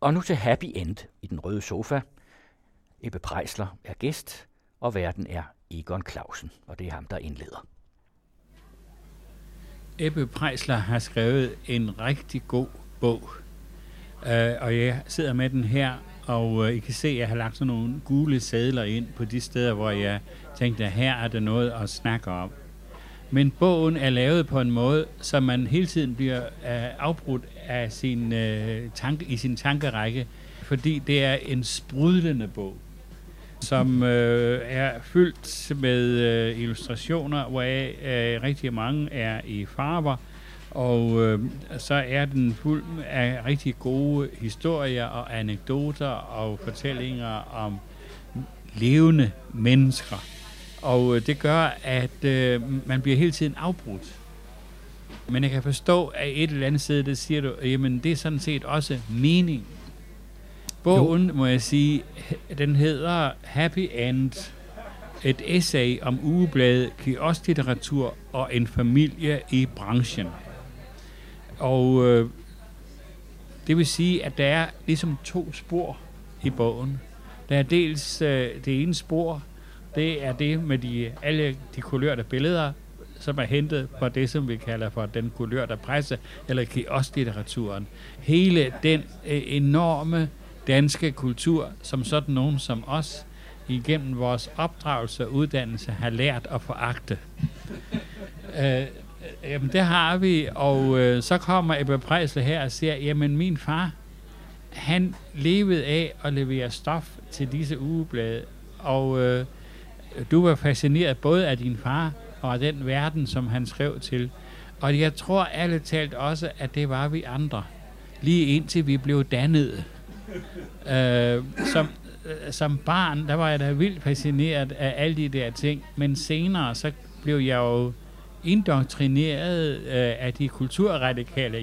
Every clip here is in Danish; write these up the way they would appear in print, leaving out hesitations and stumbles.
Og nu til Happy End i den røde sofa. Ebbe Preisler er gæst, og værten er Egon Clausen, og det er ham, der indleder. Ebbe Preisler har skrevet en rigtig god bog, og jeg sidder med den her, og I kan se, at jeg har lagt sådan nogle gule sedler ind på de steder, hvor jeg tænkte, at her er der noget at snakke om. Men bogen er lavet på en måde, så man hele tiden bliver afbrudt af i sin tankerække, fordi det er en sprudlende bog, som er fyldt med illustrationer, hvoraf rigtig mange er i farver, og så er den fuld af rigtig gode historier og anekdoter og fortællinger om levende mennesker. Og det gør, at man bliver hele tiden afbrudt. Men jeg kan forstå, at et eller andet sted, der siger du, jamen det er sådan set også mening. Bogen, må jeg sige, den hedder Happy End. Et essay om ugebladet, kiosklitteratur og en familie i branchen. Og det vil sige, at der er ligesom 2 spor i bogen. Der er dels det ene spor, det er det med alle de kulørte billeder, som er hentet fra det, som vi kalder for den kulørte presse, eller kiosklitteraturen. Hele den enorme danske kultur, som sådan nogen som os, igennem vores opdragelse og uddannelse, har lært at foragte. Jamen det har vi, og så kommer Ebbe Preisler her og siger, jamen min far, han levede af at levere stof til disse ugeblade, og du var fascineret både af din far og af den verden, som han skrev til. Og jeg tror ærligt talt også, at det var vi andre, lige indtil vi blev dannede. Som barn, der var jeg da vildt fascineret af alle de der ting, men senere så blev jeg jo indoktrineret af de kulturradikale,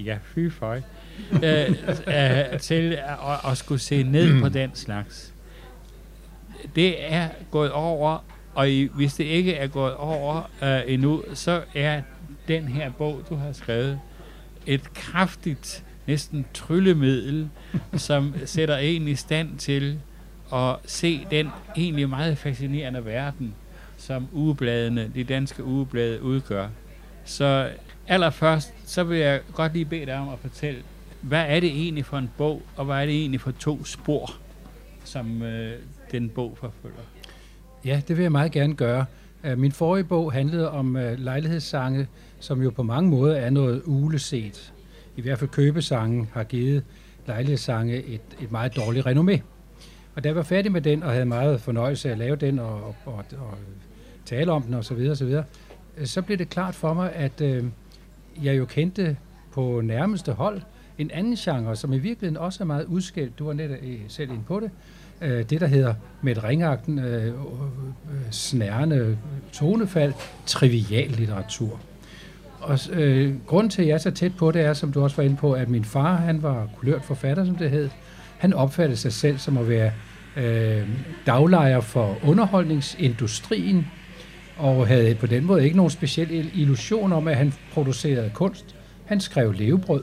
til at skulle se ned på den slags. Det er gået over, og hvis det ikke er gået over endnu, så er den her bog, du har skrevet, et kraftigt, næsten tryllemiddel, som sætter en i stand til at se den egentlig meget fascinerende verden, som ugebladene, de danske ugeblade udgør. Så allerførst, så vil jeg godt lige bede dig om at fortælle, hvad er det egentlig for en bog, og hvad er det egentlig for 2 spor, som den bog forfølger? Ja, det vil jeg meget gerne gøre. Min forrige bog handlede om lejlighedssange, som jo på mange måder er noget ugleset. I hvert fald købesangen har givet lejlighedssange et meget dårligt renommé. Og da jeg var færdig med den, og havde meget fornøjelse af at lave den, og tale om den osv., så blev det klart for mig, at jeg jo kendte på nærmeste hold en anden genre, som i virkeligheden også er meget udskældt. Du var netop selv inde på det. Det, der hedder med et ringagten, snærende tonefald, trivial litteratur. Og grunden til, at jeg er så tæt på det, er, som du også var inde på, at min far, han var kulørt forfatter, som det hed. Han opfattede sig selv som at være daglejer for underholdningsindustrien, og havde på den måde ikke nogen speciel illusion om, at han producerede kunst. Han skrev levebrød.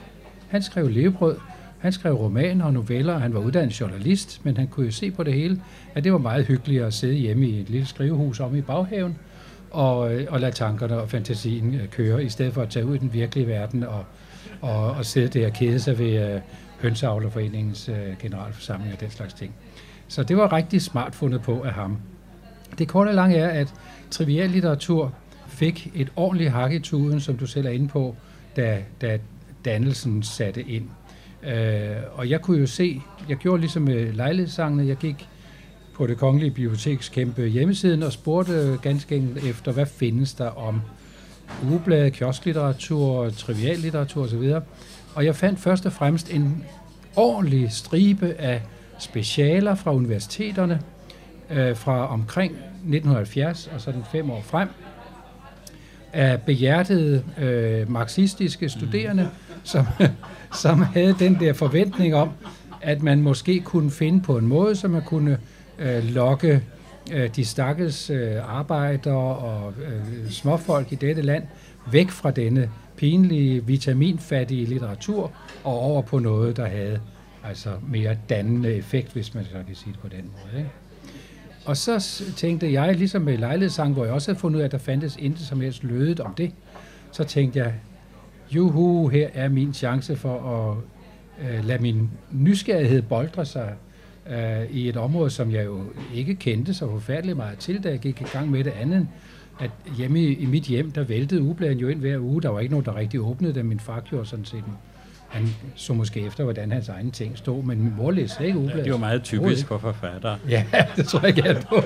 Han skrev romaner og noveller, og han var uddannet journalist, men han kunne jo se på det hele, at det var meget hyggeligt at sidde hjemme i et lille skrivehus om i baghaven, og lade tankerne og fantasien køre, i stedet for at tage ud i den virkelige verden og sidde der og kede sig ved Hønseavlerforeningens generalforsamling og den slags ting. Så det var rigtig smart fundet på af ham. Det korte og lange er, at trivial litteratur fik et ordentligt hak i tuden, som du selv er inde på, da dannelsen satte ind. Og jeg kunne jo se, jeg gjorde ligesom med lejlighedssangene, jeg gik på Det Kongelige Biblioteks kæmpe hjemmesiden og spurgte ganske enkelt efter, hvad findes der om ugeblade, kiosklitteratur, triviallitteratur osv. Og jeg fandt først og fremmest en ordentlig stribe af specialer fra universiteterne fra omkring 1970 og sådan 5 år frem, af behjertede marxistiske studerende, som havde den der forventning om, at man måske kunne finde på en måde, så man kunne lokke de stakkels arbejdere og småfolk i dette land væk fra denne pinlige, vitaminfattige litteratur og over på noget, der havde altså mere dannende effekt, hvis man så kan sige det på den måde. Ikke? Og så tænkte jeg, ligesom med lejlighedssang, hvor jeg også havde fundet ud af, at der fandtes intet som helst lødet om det, så tænkte jeg, juhu, her er min chance for at lade min nysgerrighed boldre sig i et område, som jeg jo ikke kendte så forfærdeligt meget til, da jeg gik i gang med det andet, at hjemme i mit hjem, der væltede ugebladen jo ind hver uge. Der var ikke nogen, der rigtig åbnede det. Min far gjorde sådan set. Han så måske efter, hvordan hans egne ting stod, men min mor læste ikke ugebladet. Det var meget typisk for forfattere. Ja, det tror jeg ikke, på.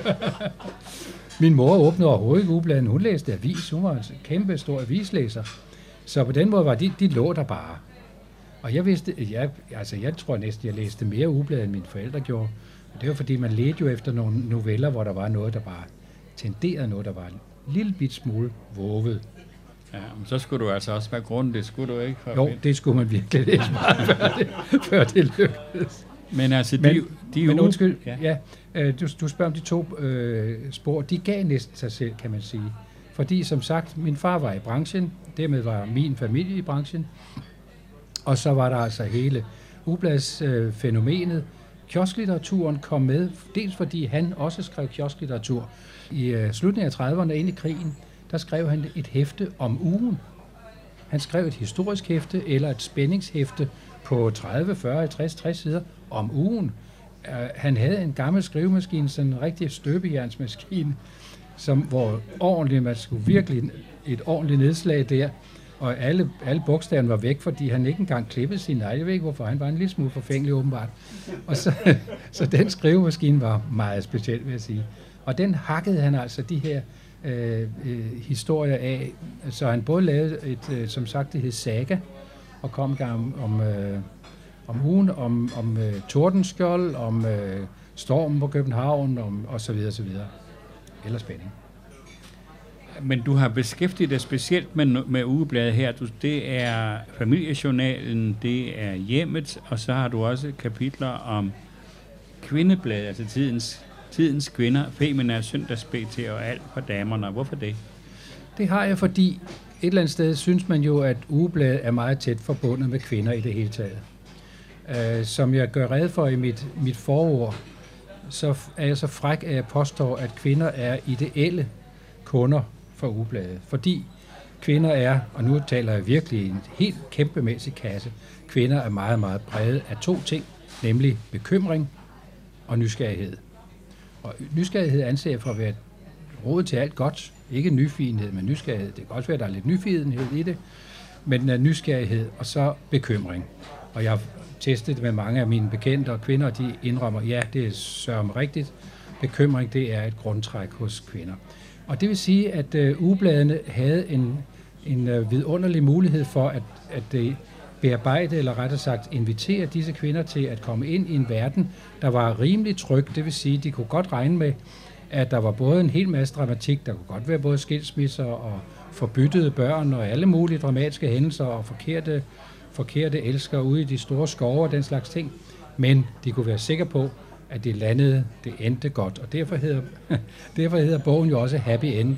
Min mor åbnede overhovedet ikke ugebladen. Hun læste avis. Hun var en kæmpe stor avislæser. Så på den måde var de lå der bare. Og jeg vidste, jeg tror næsten, jeg læste mere ugeblad, end mine forældre gjorde. Og det var fordi, man ledte jo efter nogle noveller, hvor der var noget, der bare tenderede noget, der var en lille bit smule vovet. Ja, men så skulle du altså også være grundig, skulle du ikke? Jo, det skulle man virkelig læse meget, før det lykkedes. Men altså, men undskyld, du spørger om de to spor, de gav næsten sig selv, kan man sige. Fordi, som sagt, min far var i branchen, dermed var min familie i branchen, og så var der altså hele ugebladsfænomenet. Kiosklitteraturen kom med, dels fordi han også skrev kiosklitteratur. I slutningen af 30'erne, ind i krigen, der skrev han et hæfte om ugen. Han skrev et historisk hæfte eller et spændingshæfte på 30, 40, 50, 60 sider om ugen. Han havde en gammel skrivemaskine, sådan en rigtig støbejernsmaskine, hvor man skulle virkelig et ordentligt nedslag der, og alle bogstaverne var væk, fordi han ikke engang klippede sin negle. Jeg ved ikke, hvorfor han var en lille smule forfængelig åbenbart. Og så den skrivemaskine var meget speciel, vil jeg sige. Og den hakkede han altså de her historier af. Så han både lavede et, som sagt, det hed Saga, og kom en gang om ugen, om Tordenskjold, om stormen på København, og så videre, så videre. Eller spænding. Men du har beskæftiget dig specielt med ugebladet her. Det er familiejournalen, det er hjemmet, og så har du også kapitler om kvindebladet, altså tidens kvinder, Femina, Søndags-BT og alt for damerne. Hvorfor det? Det har jeg, fordi et eller andet sted synes man jo, at ugebladet er meget tæt forbundet med kvinder i det hele taget. Som jeg gør rede for i mit forord, så er jeg så fræk, at jeg påstår, at kvinder er ideelle kunder for ugebladet. Fordi kvinder er, og nu taler jeg virkelig en helt kæmpemæssig kasse, kvinder er meget, meget præget af to ting, nemlig bekymring og nysgerrighed. Og nysgerrighed anser jeg for at være råd til alt godt. Ikke nyfigenhed, men nysgerrighed. Det kan også være, at der er lidt nyfigenhed i det, men den er nysgerrighed og så bekymring. Og jeg har testet det med mange af mine bekendte og kvinder, og de indrømmer, ja, det er sørme rigtigt. Bekymring, det er et grundtræk hos kvinder. Og det vil sige, at ugebladene havde en vidunderlig mulighed for at bearbejde, eller rettere sagt invitere disse kvinder til at komme ind i en verden, der var rimelig tryg. Det vil sige, at de kunne godt regne med, at der var både en hel masse dramatik, der kunne godt være både skilsmisser og forbyttede børn og alle mulige dramatiske hændelser og forkerte elskere ude i de store skove og den slags ting. Men de kunne være sikre på, at det landede, det endte godt. Og derfor hedder bogen jo også Happy End.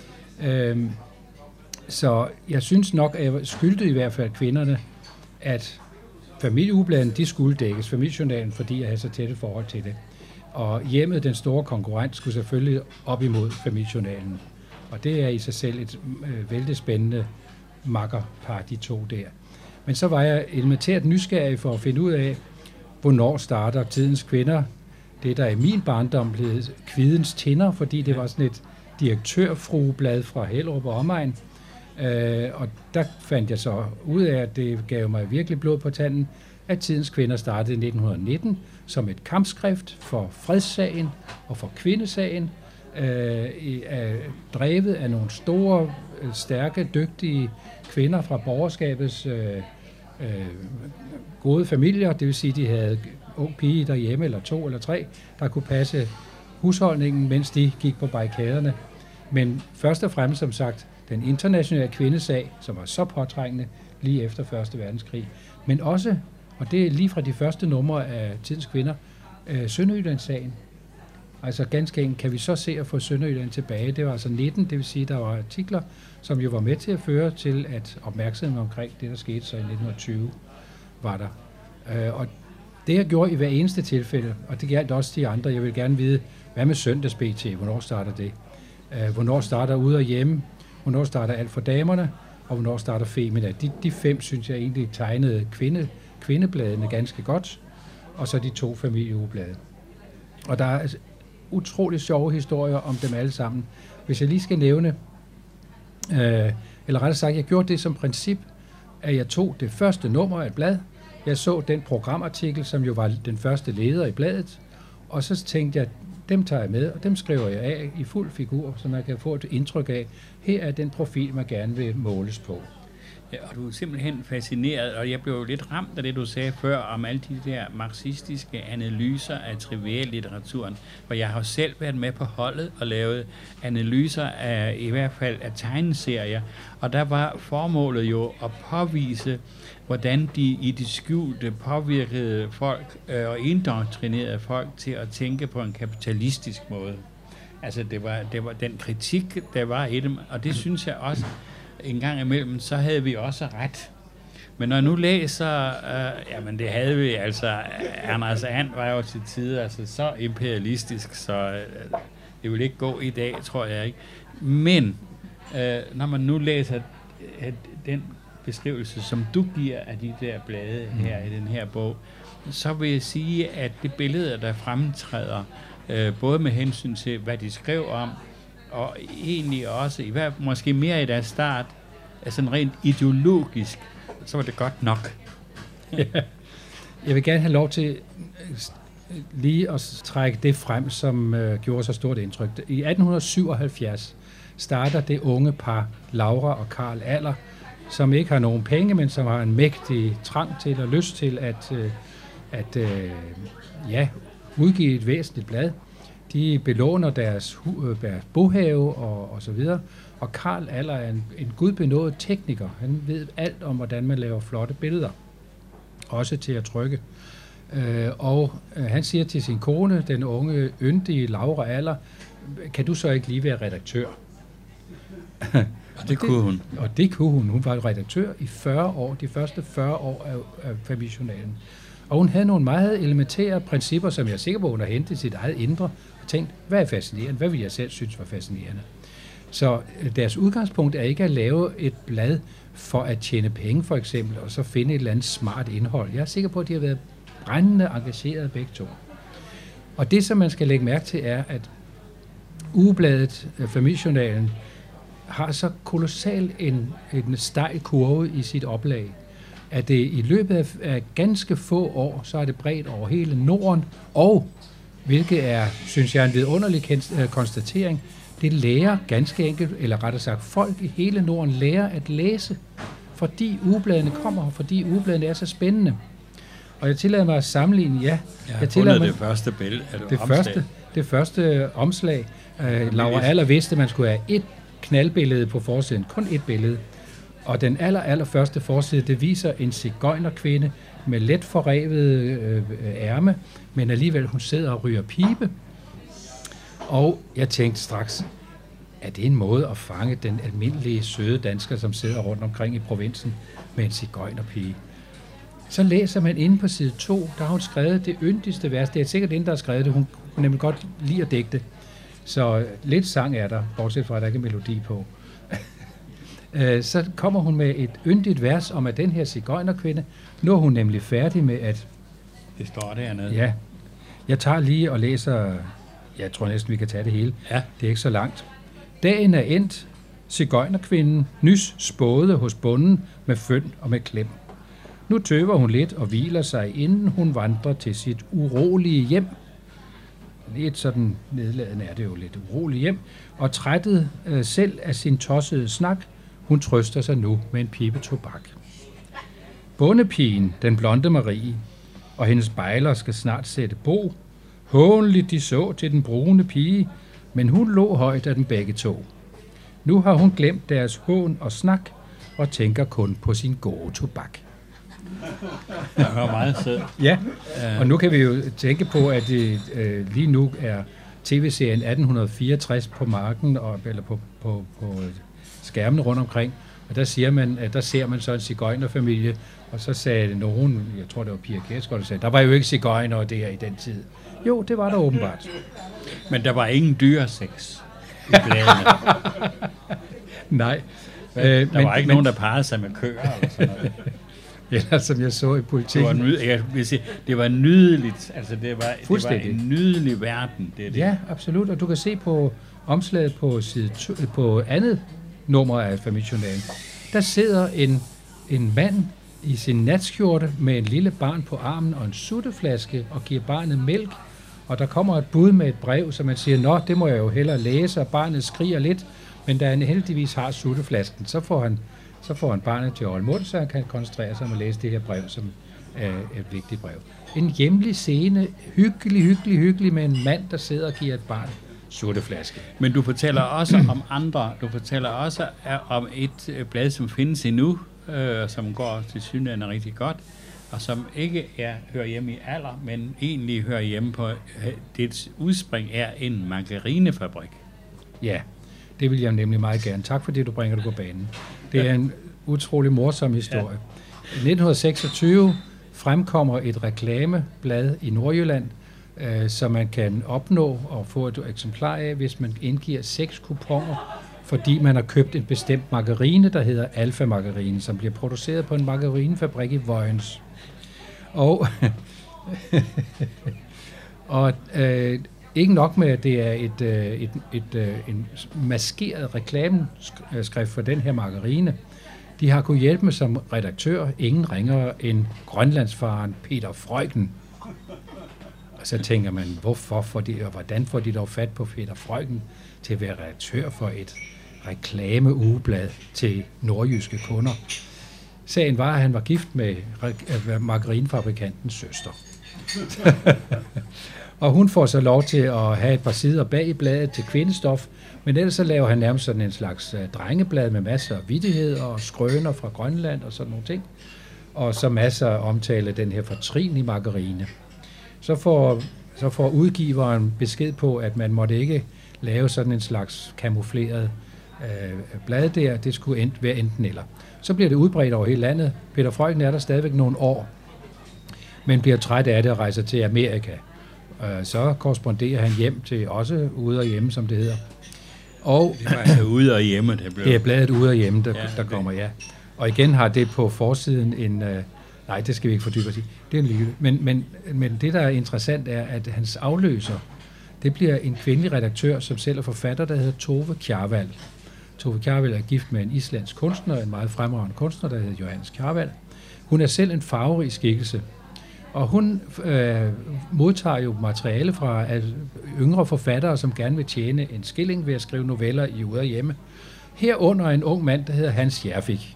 Så jeg synes nok, at jeg skyldte i hvert fald kvinderne, at familieugebladene, de skulle dækkes, familiejournalen, fordi jeg havde så tæt et forhold til det. Og hjemmet, den store konkurrent, skulle selvfølgelig op imod familiejournalen. Og det er i sig selv et vældig spændende makkerpar, de to der. Men så var jeg elementært nysgerrig for at finde ud af, hvornår starter tidens kvinder. Det der i min barndom blev Kvidens Tinder, fordi det var sådan et direktørfrueblad fra Hellerup og omegn. Og der fandt jeg så ud af, at det gav mig virkelig blod på tanden, at tidens kvinder startede i 1919 som et kampskrift for fredssagen og for kvindesagen, drevet af nogle store, stærke, dygtige kvinder fra borgerskabets gode familier. Det vil sige, at de havde ung pige derhjemme, eller 2 eller 3, der kunne passe husholdningen, mens de gik på barrikaderne. Men først og fremmest, som sagt, den internationale kvindesag, som var så påtrængende lige efter 1. verdenskrig. Men også, og det er lige fra de første numre af tidens kvinder, Sønderjyllandssagen. Altså ganske enkelt kan vi så se at få Sønderjylland tilbage. Det var altså 19, det vil sige, der var artikler, som jo var med til at føre til, at opmærksomheden omkring det, der skete så i 1920, var der. Og Det jeg gjorde i hver eneste tilfælde, og det gjaldt også de andre, jeg vil gerne vide, hvad med søndags-BT? Hvornår starter det? Hvornår starter Ude og Hjemme? Hvornår starter Alt for damerne? Og hvornår starter Femina? De 5, synes jeg egentlig tegnede kvindebladene ganske godt, og så de 2 familieugeblade. Og der er utrolig sjove historier om dem alle sammen. Hvis jeg lige skal nævne, eller rettere sagt, jeg gjorde det som princip, at jeg tog det første nummer af et blad, jeg så den programartikel, som jo var den første leder i bladet, og så tænkte jeg, dem tager jeg med, og dem skriver jeg af i fuld figur, så man kan få et indtryk af, her er den profil, man gerne vil måles på. Ja, og du er simpelthen fascineret, og jeg blev jo lidt ramt af det, du sagde før, om alle de der marxistiske analyser af triviallitteraturen, for jeg har selv været med på holdet og lavet analyser af, i hvert fald af tegneserier, og der var formålet jo at påvise, hvordan de i det skjulte påvirkede folk og indoktrinerede folk til at tænke på en kapitalistisk måde. Altså det var den kritik, der var i dem, og det synes jeg også, en gang imellem, så havde vi også ret. Men når jeg nu læser, jamen det havde vi, altså Anders And var jo til tider altså så imperialistisk, så det ville ikke gå i dag, tror jeg ikke. Men når man nu læser den beskrivelse, som du giver af de der blade her i den her bog, så vil jeg sige, at det billede, der fremtræder, både med hensyn til, hvad de skrev om, og egentlig også, måske mere i deres start, altså rent ideologisk, så var det godt nok. Ja. Jeg vil gerne have lov til lige at trække det frem, som gjorde så stort indtryk. I 1877 starter det unge par, Laura og Karl Aller, som ikke har nogen penge, men som har en mægtig trang til og lyst til at udgive et væsentligt blad. De belåner deres bohave og så videre. Og Karl Aller er en gudbenådet tekniker. Han ved alt om, hvordan man laver flotte billeder. Også til at trykke. Og han siger til sin kone, den unge, yndige Laura Aller, kan du så ikke lige være redaktør? Og det kunne hun. Og det kunne hun. Hun var redaktør i 40 år, de første 40 år af Familiejournalen. Og hun havde nogle meget elementære principper, som jeg er sikker på, hun har hentet i sit eget indre, og tænkt, hvad er fascinerende? Hvad vil jeg selv synes var fascinerende? Så deres udgangspunkt er ikke at lave et blad for at tjene penge, for eksempel, og så finde et eller andet smart indhold. Jeg er sikker på, at de har været brændende engagerede begge to. Og det, som man skal lægge mærke til, er, at ugebladet, Familiejournalen, har så kolossal en stejl kurve i sit oplag, at det i løbet af ganske få år, så er det bredt over hele Norden, og, hvilket er, synes jeg, en vidunderlig konstatering, det lærer ganske enkelt, eller rettere sagt, folk i hele Norden lærer at læse, fordi ugebladene kommer, og fordi ugebladene er så spændende. Og jeg tillader mig at sammenligne, jeg tillader mig det første billede, det første omslag. Laura Aller vidste, at man skulle have et knaldbillede på forsiden, kun et billede. Og den allerførste forside, det viser en sigøjnerkvinde med let forrevede ærme, men alligevel hun sidder og ryger pibe. Og jeg tænkte straks, er det en måde at fange den almindelige søde dansker, som sidder rundt omkring i provinsen med en sigøjnerpige? Så læser man inde på side 2, der har hun skrevet det yndigste vers. Det er sikkert den, der har skrevet det. Hun kunne nemlig godt lide at digte. Så lidt sang er der, bortset fra, at der ikke er melodi på. Så kommer hun med et yndigt vers om, at den her sigøjnerkvinde, nu er hun nemlig færdig med at... Det står dernede. Ja. Jeg tager lige og læser... Jeg tror næsten, vi kan tage det hele. Ja. Det er ikke så langt. Dagen er endt. Sigøjnerkvinden nys spåede hos bonden med fynd og med klem. Nu tøver hun lidt og hviler sig, inden hun vandrer til sit urolige hjem. Lidt sådan nedladende er det jo, lidt uroligt hjem. Og trættet selv af sin tossede snak, hun trøster sig nu med en pibe tobak. Bondepigen, den blonde Marie, og hendes bejler skal snart sætte bo. Hånligt de så til den brune pige, men hun lå højt af dem begge to. Nu har hun glemt deres hån og snak, og tænker kun på sin gode tobak. Det var meget sødt. Ja, og nu kan vi jo tænke på, at det lige nu er tv-serien 1864 på marken, eller på skærmene rundt omkring, og der siger man, at der ser man så en sigøjnerfamilie, Og så sagde nogen, jeg tror det var Pia Kjærsgaard, der sagde, der var jo ikke sigøjnere der i den tid. Jo, det var der åbenbart. Men der var ingen dyresex i bladene. Nej. Der var ikke nogen, der parrede sig med køer eller sådan noget. Eller som jeg så i Politiken. Det var nydeligt. Altså, det var en nydelig verden. Det. Ja, absolut. Og du kan se på omslaget på på andet nummer af Familiejournalen. Der sidder en mand i sin natskjorte med en lille barn på armen og en sutteflaske og giver barnet mælk. Og der kommer et bud med et brev, så man siger, nå, det må jeg jo hellere læse, og barnet skriger lidt. Men da han heldigvis har sutteflasken, så får han barnet til at holde mund, så han kan koncentrere sig om at læse det her brev, som er et vigtigt brev. En hjemlig scene, hyggelig med en mand, der sidder og giver et barn sutteflaske. Men du fortæller også om andre. Du fortæller også om et blad, som findes endnu, som går til synligheden rigtig godt, og som ikke hører hjemme i alder, men egentlig hører hjemme på, dets udspring er en margarinefabrik. Ja, det vil jeg nemlig meget gerne. Tak fordi du bringer det på banen. Det er en utrolig morsom historie. Ja. I 1926 fremkommer et reklameblad i Nordjylland, som man kan opnå og få et eksemplar af, hvis man indgiver 6 kuponer, fordi man har købt en bestemt margarine, der hedder Alfa Margarine, som bliver produceret på en margarinefabrik i Vojens. Og ikke nok med, at det er en maskeret reklameskrift for den her margarine. De har kunnet hjælpe med som redaktør ingen ringere end grønlandsfaren Peter Freuchen. Og så tænker man, hvordan får de dog fat på Peter Freuchen til at være redaktør for et reklameugeblad til nordjyske kunder? Sagen var, at han var gift med margarinefabrikantens søster. Og hun får så lov til at have et par sider bag i bladet til kvindestof, men ellers så laver han nærmest sådan en slags drengeblad med masser af vittigheder og skrøner fra Grønland og sådan nogle ting. Og så masser af omtale den her fortrinlige margarine. Så får udgiveren besked på, at man måtte ikke lave sådan en slags kamufleret blad der. Det skulle være enten eller. Så bliver det udbredt over hele landet. Peter Freuchen er der stadigvæk nogle år, men bliver træt af det og rejser til Amerika. Så korresponderer han hjem til også Ude og Hjemme, som det hedder. Og det var altså Ude og Hjemme, det blev. Det er bladet Ude og Hjemme, der kommer, ja. Og igen har det på forsiden en... nej, det skal vi ikke fordybe os i. Det er en lille. Men det, der er interessant, er, at hans afløser, det bliver en kvindelig redaktør, som selv er forfatter, der hedder Tove Kjarval. Tove Kjarval er gift med en islandsk kunstner, en meget fremragende kunstner, der hedder Johannes Kjarval. Hun er selv en farverig skikkelse. Og hun modtager jo materiale fra yngre forfattere, som gerne vil tjene en skilling ved at skrive noveller i Ude og Hjemme. Herunder en ung mand, der hedder Hans Jervik.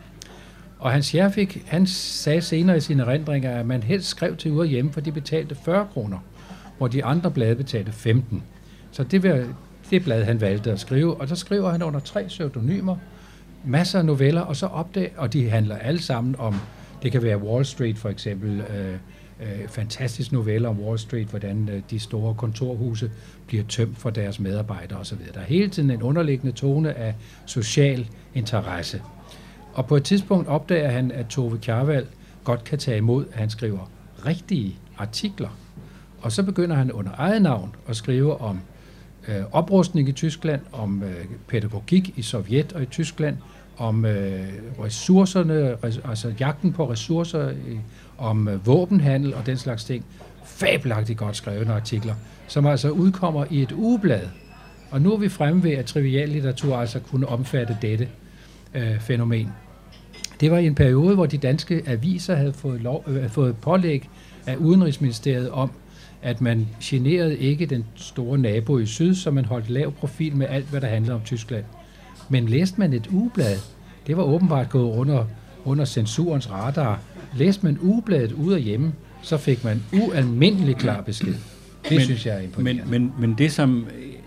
Og Hans Jervik, han sagde senere i sine erindringer, at man helst skrev til Ude og Hjemme, for de betalte 40 kroner, hvor de andre blade betalte 15. Så det var det blad, han valgte at skrive. Og så skriver han under 3 pseudonymer, masser af noveller, og så og de handler alle sammen om, det kan være Wall Street for eksempel, fantastisk noveller om Wall Street, hvordan de store kontorhuse bliver tømt for deres medarbejdere osv. Der er hele tiden en underliggende tone af social interesse. Og på et tidspunkt opdager han, at Tove Kjarval godt kan tage imod, at han skriver rigtige artikler. Og så begynder han under eget navn at skrive om oprustning i Tyskland, om pædagogik i Sovjet og i Tyskland, om ressourcerne, altså jagten på ressourcer, om våbenhandel og den slags ting. Fabelagtigt godt skrevne artikler, som altså udkommer i et ugeblad. Og nu er vi fremme ved, at triviallitteratur altså kunne omfatte dette fænomen. Det var i en periode, hvor de danske aviser havde fået pålæg af Udenrigsministeriet om, at man generede ikke den store nabo i syd, så man holdt lav profil med alt, hvad der handlede om Tyskland. Men læste man et ugeblad, det var åbenbart gået under censurens radar. Læste man ugebladet Ude og Hjemme, så fik man ualmindelig klar besked. Det synes jeg er imponerende. Men det, som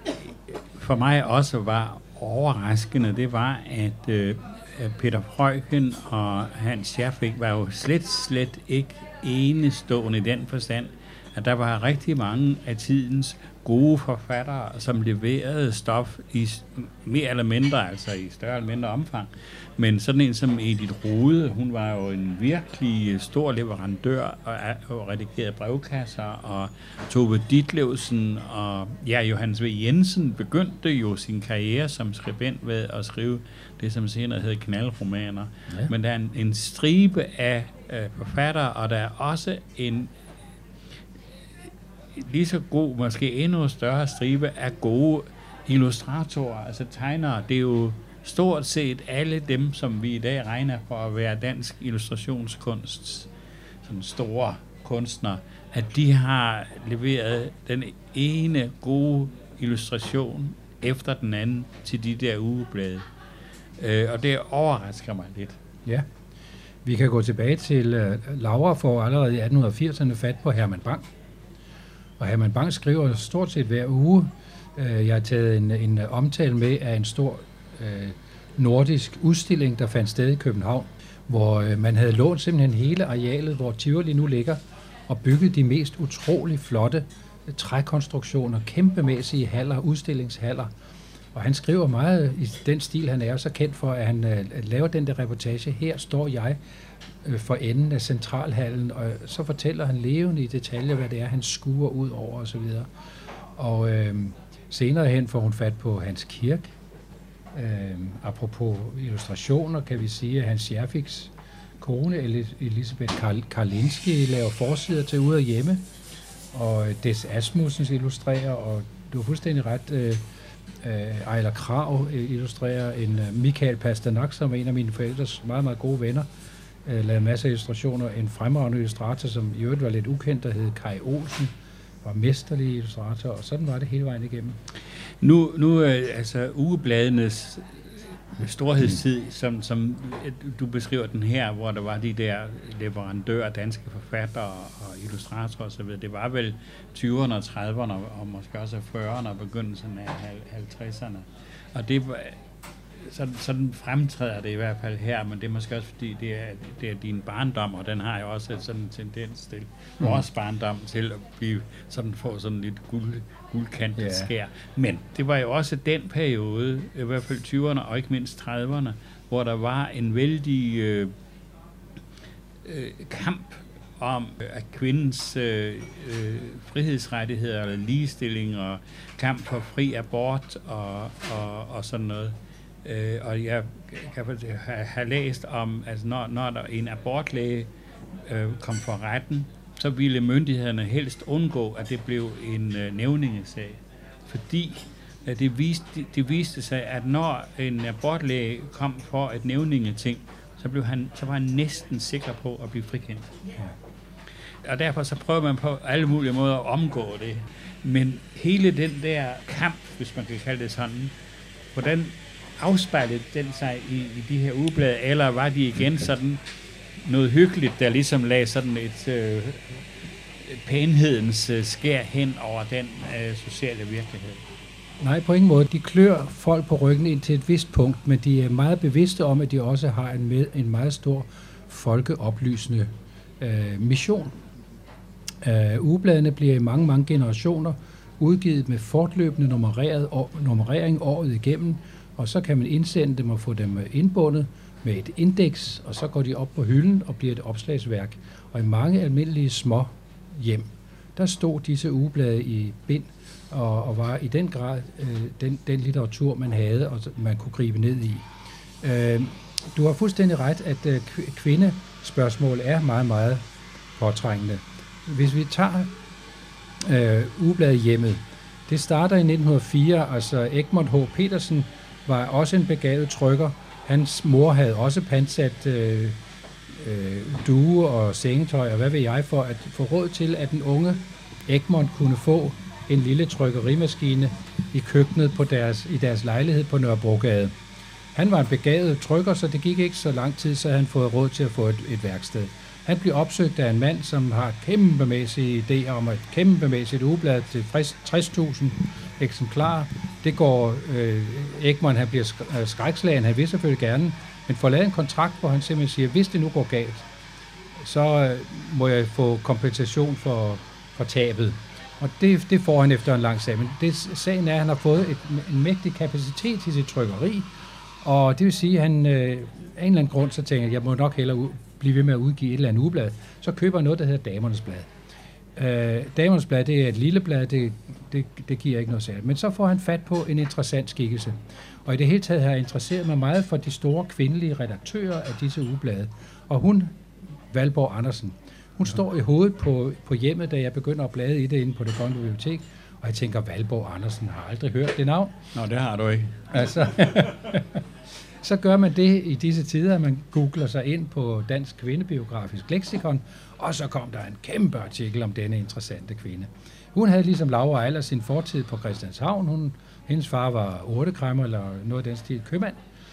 for mig også var overraskende, det var, at Peter Freuchen og Hans Jervik var jo slet ikke enestående i den forstand, at der var rigtig mange af tidens gode forfattere, som leverede stof i mere eller mindre, altså i større eller mindre omfang. Men sådan en som Edith Rude, hun var jo en virkelig stor leverandør og redigerede brevkasser, og Tove Ditlevsen og Johannes V. Jensen begyndte jo sin karriere som skribent ved at skrive det, som senere hed knaldromaner. Ja. Men der er en stribe af forfattere, og der er også en lige så god, måske endnu større stribe af gode illustratorer, altså tegnere. Det er jo stort set alle dem, som vi i dag regner for at være dansk illustrationskunst, som store kunstnere, at de har leveret den ene gode illustration efter den anden til de der ugeblade. Og det overrasker mig lidt. Ja. Vi kan gå tilbage til Laura får allerede i 1880'erne fat på Herman Bang. Og Herman Bang skriver stort set hver uge. Jeg har taget en omtale med af en stor nordisk udstilling, der fandt sted i København, hvor man havde lånt simpelthen hele arealet, hvor Tivoli nu ligger, og bygget de mest utrolig flotte trækonstruktioner, kæmpemæssige haller, udstillingshaller. Og han skriver meget i den stil, han er så kendt for, at han laver den der reportage. Her står jeg for enden af centralhallen, og så fortæller han levende i detaljer, hvad det er, han skuer ud over osv. Og senere hen får hun fat på Hans Kirk. Apropos illustrationer, kan vi sige, at Hans Scherfigs kone, Elisabeth Karlinski, laver forsider til Ude og Hjemme, og Des Asmussens illustrerer, og du har fuldstændig ret, Ejler Krag illustrerer, en Michael Pasternak, som er en af mine forældres meget, meget gode venner, lavede masser af illustrationer. En fremragende illustrator, som i øvrigt var lidt ukendt, der hed Kai Olsen, var mesterlig illustrator, og sådan var det hele vejen igennem. Nu altså ugebladenes storhedstid, som du beskriver den her, hvor der var de der leverandører, danske forfattere og illustratorer osv., det var vel 20'erne og 30'erne og måske også 40'erne og begyndelsen af 50'erne. Og det var, sådan fremtræder det i hvert fald her, men det er måske også fordi, det er din barndom, og den har jo også sådan en tendens til vores barndom til at blive sådan, få sådan lidt guldkantet skær. Men det var jo også den periode, i hvert fald 20'erne og ikke mindst 30'erne, hvor der var en vældig kamp om at kvindens frihedsrettigheder eller ligestilling og kamp for fri abort og sådan noget. Og jeg kan have læst om, altså når der en abortlæge kom for retten, så ville myndighederne helst undgå, at det blev en nævningesag. Fordi det viste sig, at når en abortlæge kom for et nævningeting, så var han næsten sikker på at blive frikendt. Ja. Og derfor så prøver man på alle mulige måder at omgå det. Men hele den der kamp, hvis man kan kalde det sådan, hvordan afspejlede den sig i de her ugeblade, eller var de igen sådan noget hyggeligt, der ligesom lagde sådan et pænhedens skær hen over den sociale virkelighed? Nej, på ingen måde. De klør folk på ryggen ind til et vist punkt, men de er meget bevidste om, at de også har en meget stor folkeoplysende mission. Ugebladene bliver i mange, mange generationer udgivet med fortløbende nummerering året igennem, og så kan man indsende dem og få dem indbundet med et indeks, og så går de op på hylden og bliver et opslagsværk. Og i mange almindelige små hjem, der stod disse ugeblade i bind, og var i den grad den litteratur, man havde, og man kunne gribe ned i. Du har fuldstændig ret, at kvindespørgsmål er meget, meget påtrængende. Hvis vi tager ugebladet Hjemmet, det starter i 1904, altså Egmont H. Petersen var også en begavet trykker. Hans mor havde også pantsat due og sengetøj, og hvad ved jeg, for at få råd til, at den unge Egmont kunne få en lille trykkerimaskine i køkkenet i deres lejlighed på Nørrebrogade. Han var en begavet trykker, så det gik ikke så lang tid, så han fået råd til at få et værksted. Han blev opsøgt af en mand, som har kæmpemæssige idéer om et kæmpemæssigt ugeblad til 60.000 eksemplarer. Det går Egmont, han bliver skrækslagen, han vil selvfølgelig gerne, men får lavet en kontrakt, hvor han simpelthen siger, hvis det nu går galt, så må jeg få kompensation for for tabet. Og det får han efter en lang sag. Men sagen er, at han har fået en mægtig kapacitet i sit trykkeri, og det vil sige, at han af en eller anden grund så tænker, at jeg må nok hellere blive ved med at udgive et eller andet ugeblad. Så køber jeg noget, der hedder Damernes Blad. Damernes Blad, det er et lille blad, det giver ikke noget særligt. Men så får han fat på en interessant skikkelse. Og i det hele taget har jeg interesseret mig meget for de store kvindelige redaktører af disse ugeblade. Og hun, Valborg Andersen, hun står i hovedet på hjemmet, da jeg begynder at blade i det inde på Det Kongelige Bibliotek. Og jeg tænker, Valborg Andersen har aldrig hørt det navn. Nå, det har du ikke. Altså, så gør man det i disse tider, at man googler sig ind på Dansk Kvindebiografisk Leksikon, og så kom der en kæmpe artikel om denne interessante kvinde. Hun havde ligesom Laura Eiler sin fortid på Christianshavn. Hendes far var urtekræmmer eller noget af den stil, købmand.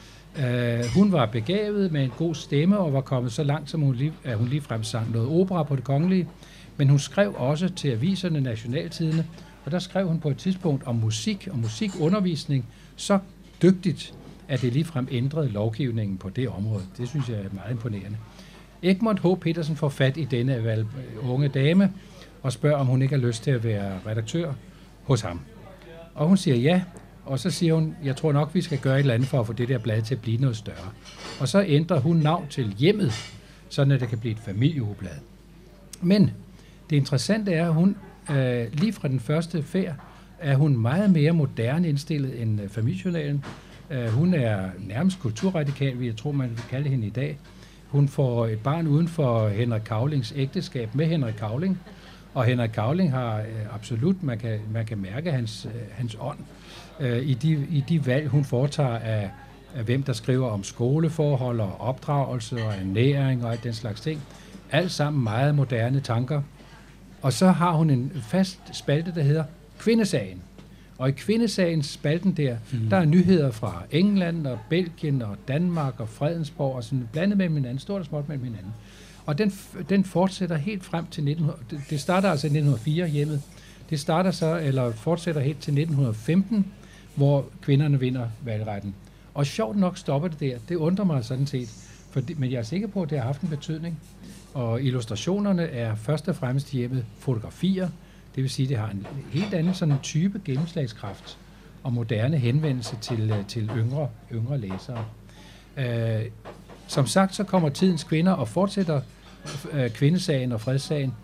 Hun var begavet med en god stemme og var kommet så langt, som hun ligefrem sang noget opera på Det Kongelige. Men hun skrev også til aviserne, Nationaltidene, og der skrev hun på et tidspunkt om musik og musikundervisning så dygtigt, at det ligefrem ændrede lovgivningen på det område. Det synes jeg er meget imponerende. Egmont H. Petersen får fat i denne unge dame og spørger, om hun ikke har lyst til at være redaktør hos ham. Og hun siger ja, og så siger hun, jeg tror nok, vi skal gøre et eller andet for at få det der blad til at blive noget større. Og så ændrer hun navn til Hjemmet, sådan at det kan blive et familieugeblad. Men det interessante er, at hun lige fra den første færd er hun meget mere moderne indstillet end Familiejournalen. Hun er nærmest kulturradikal, jeg tror, man vil kalde hende i dag. Hun får et barn uden for Henrik Cavlings ægteskab med Henrik Cavling, og Henrik Cavling har absolut, man kan mærke hans ånd i de valg, hun foretager af hvem der skriver om skoleforhold og opdragelse og ernæring og alt den slags ting. Alt sammen meget moderne tanker. Og så har hun en fast spalte, der hedder Kvindesagen. Og i Kvindesagens spalten der er nyheder fra England og Belgien og Danmark og Fredensborg og sådan blandet mellem hinanden, stort og småt mellem hinanden. Og den fortsætter helt frem til 1900. Det starter altså i 1904 hjemmet. Det starter så, eller fortsætter helt til 1915, hvor kvinderne vinder valgretten. Og sjovt nok stopper det der. Det undrer mig sådan set. Men jeg er sikker på, at det har haft en betydning. Og illustrationerne er først og fremmest hjemmet fotografier. Det vil sige, at det har en helt anden sådan type gennemslagskraft og moderne henvendelse til yngre læsere. Som sagt, så kommer tidens kvinder og fortsætter kvindesagen og fredssagen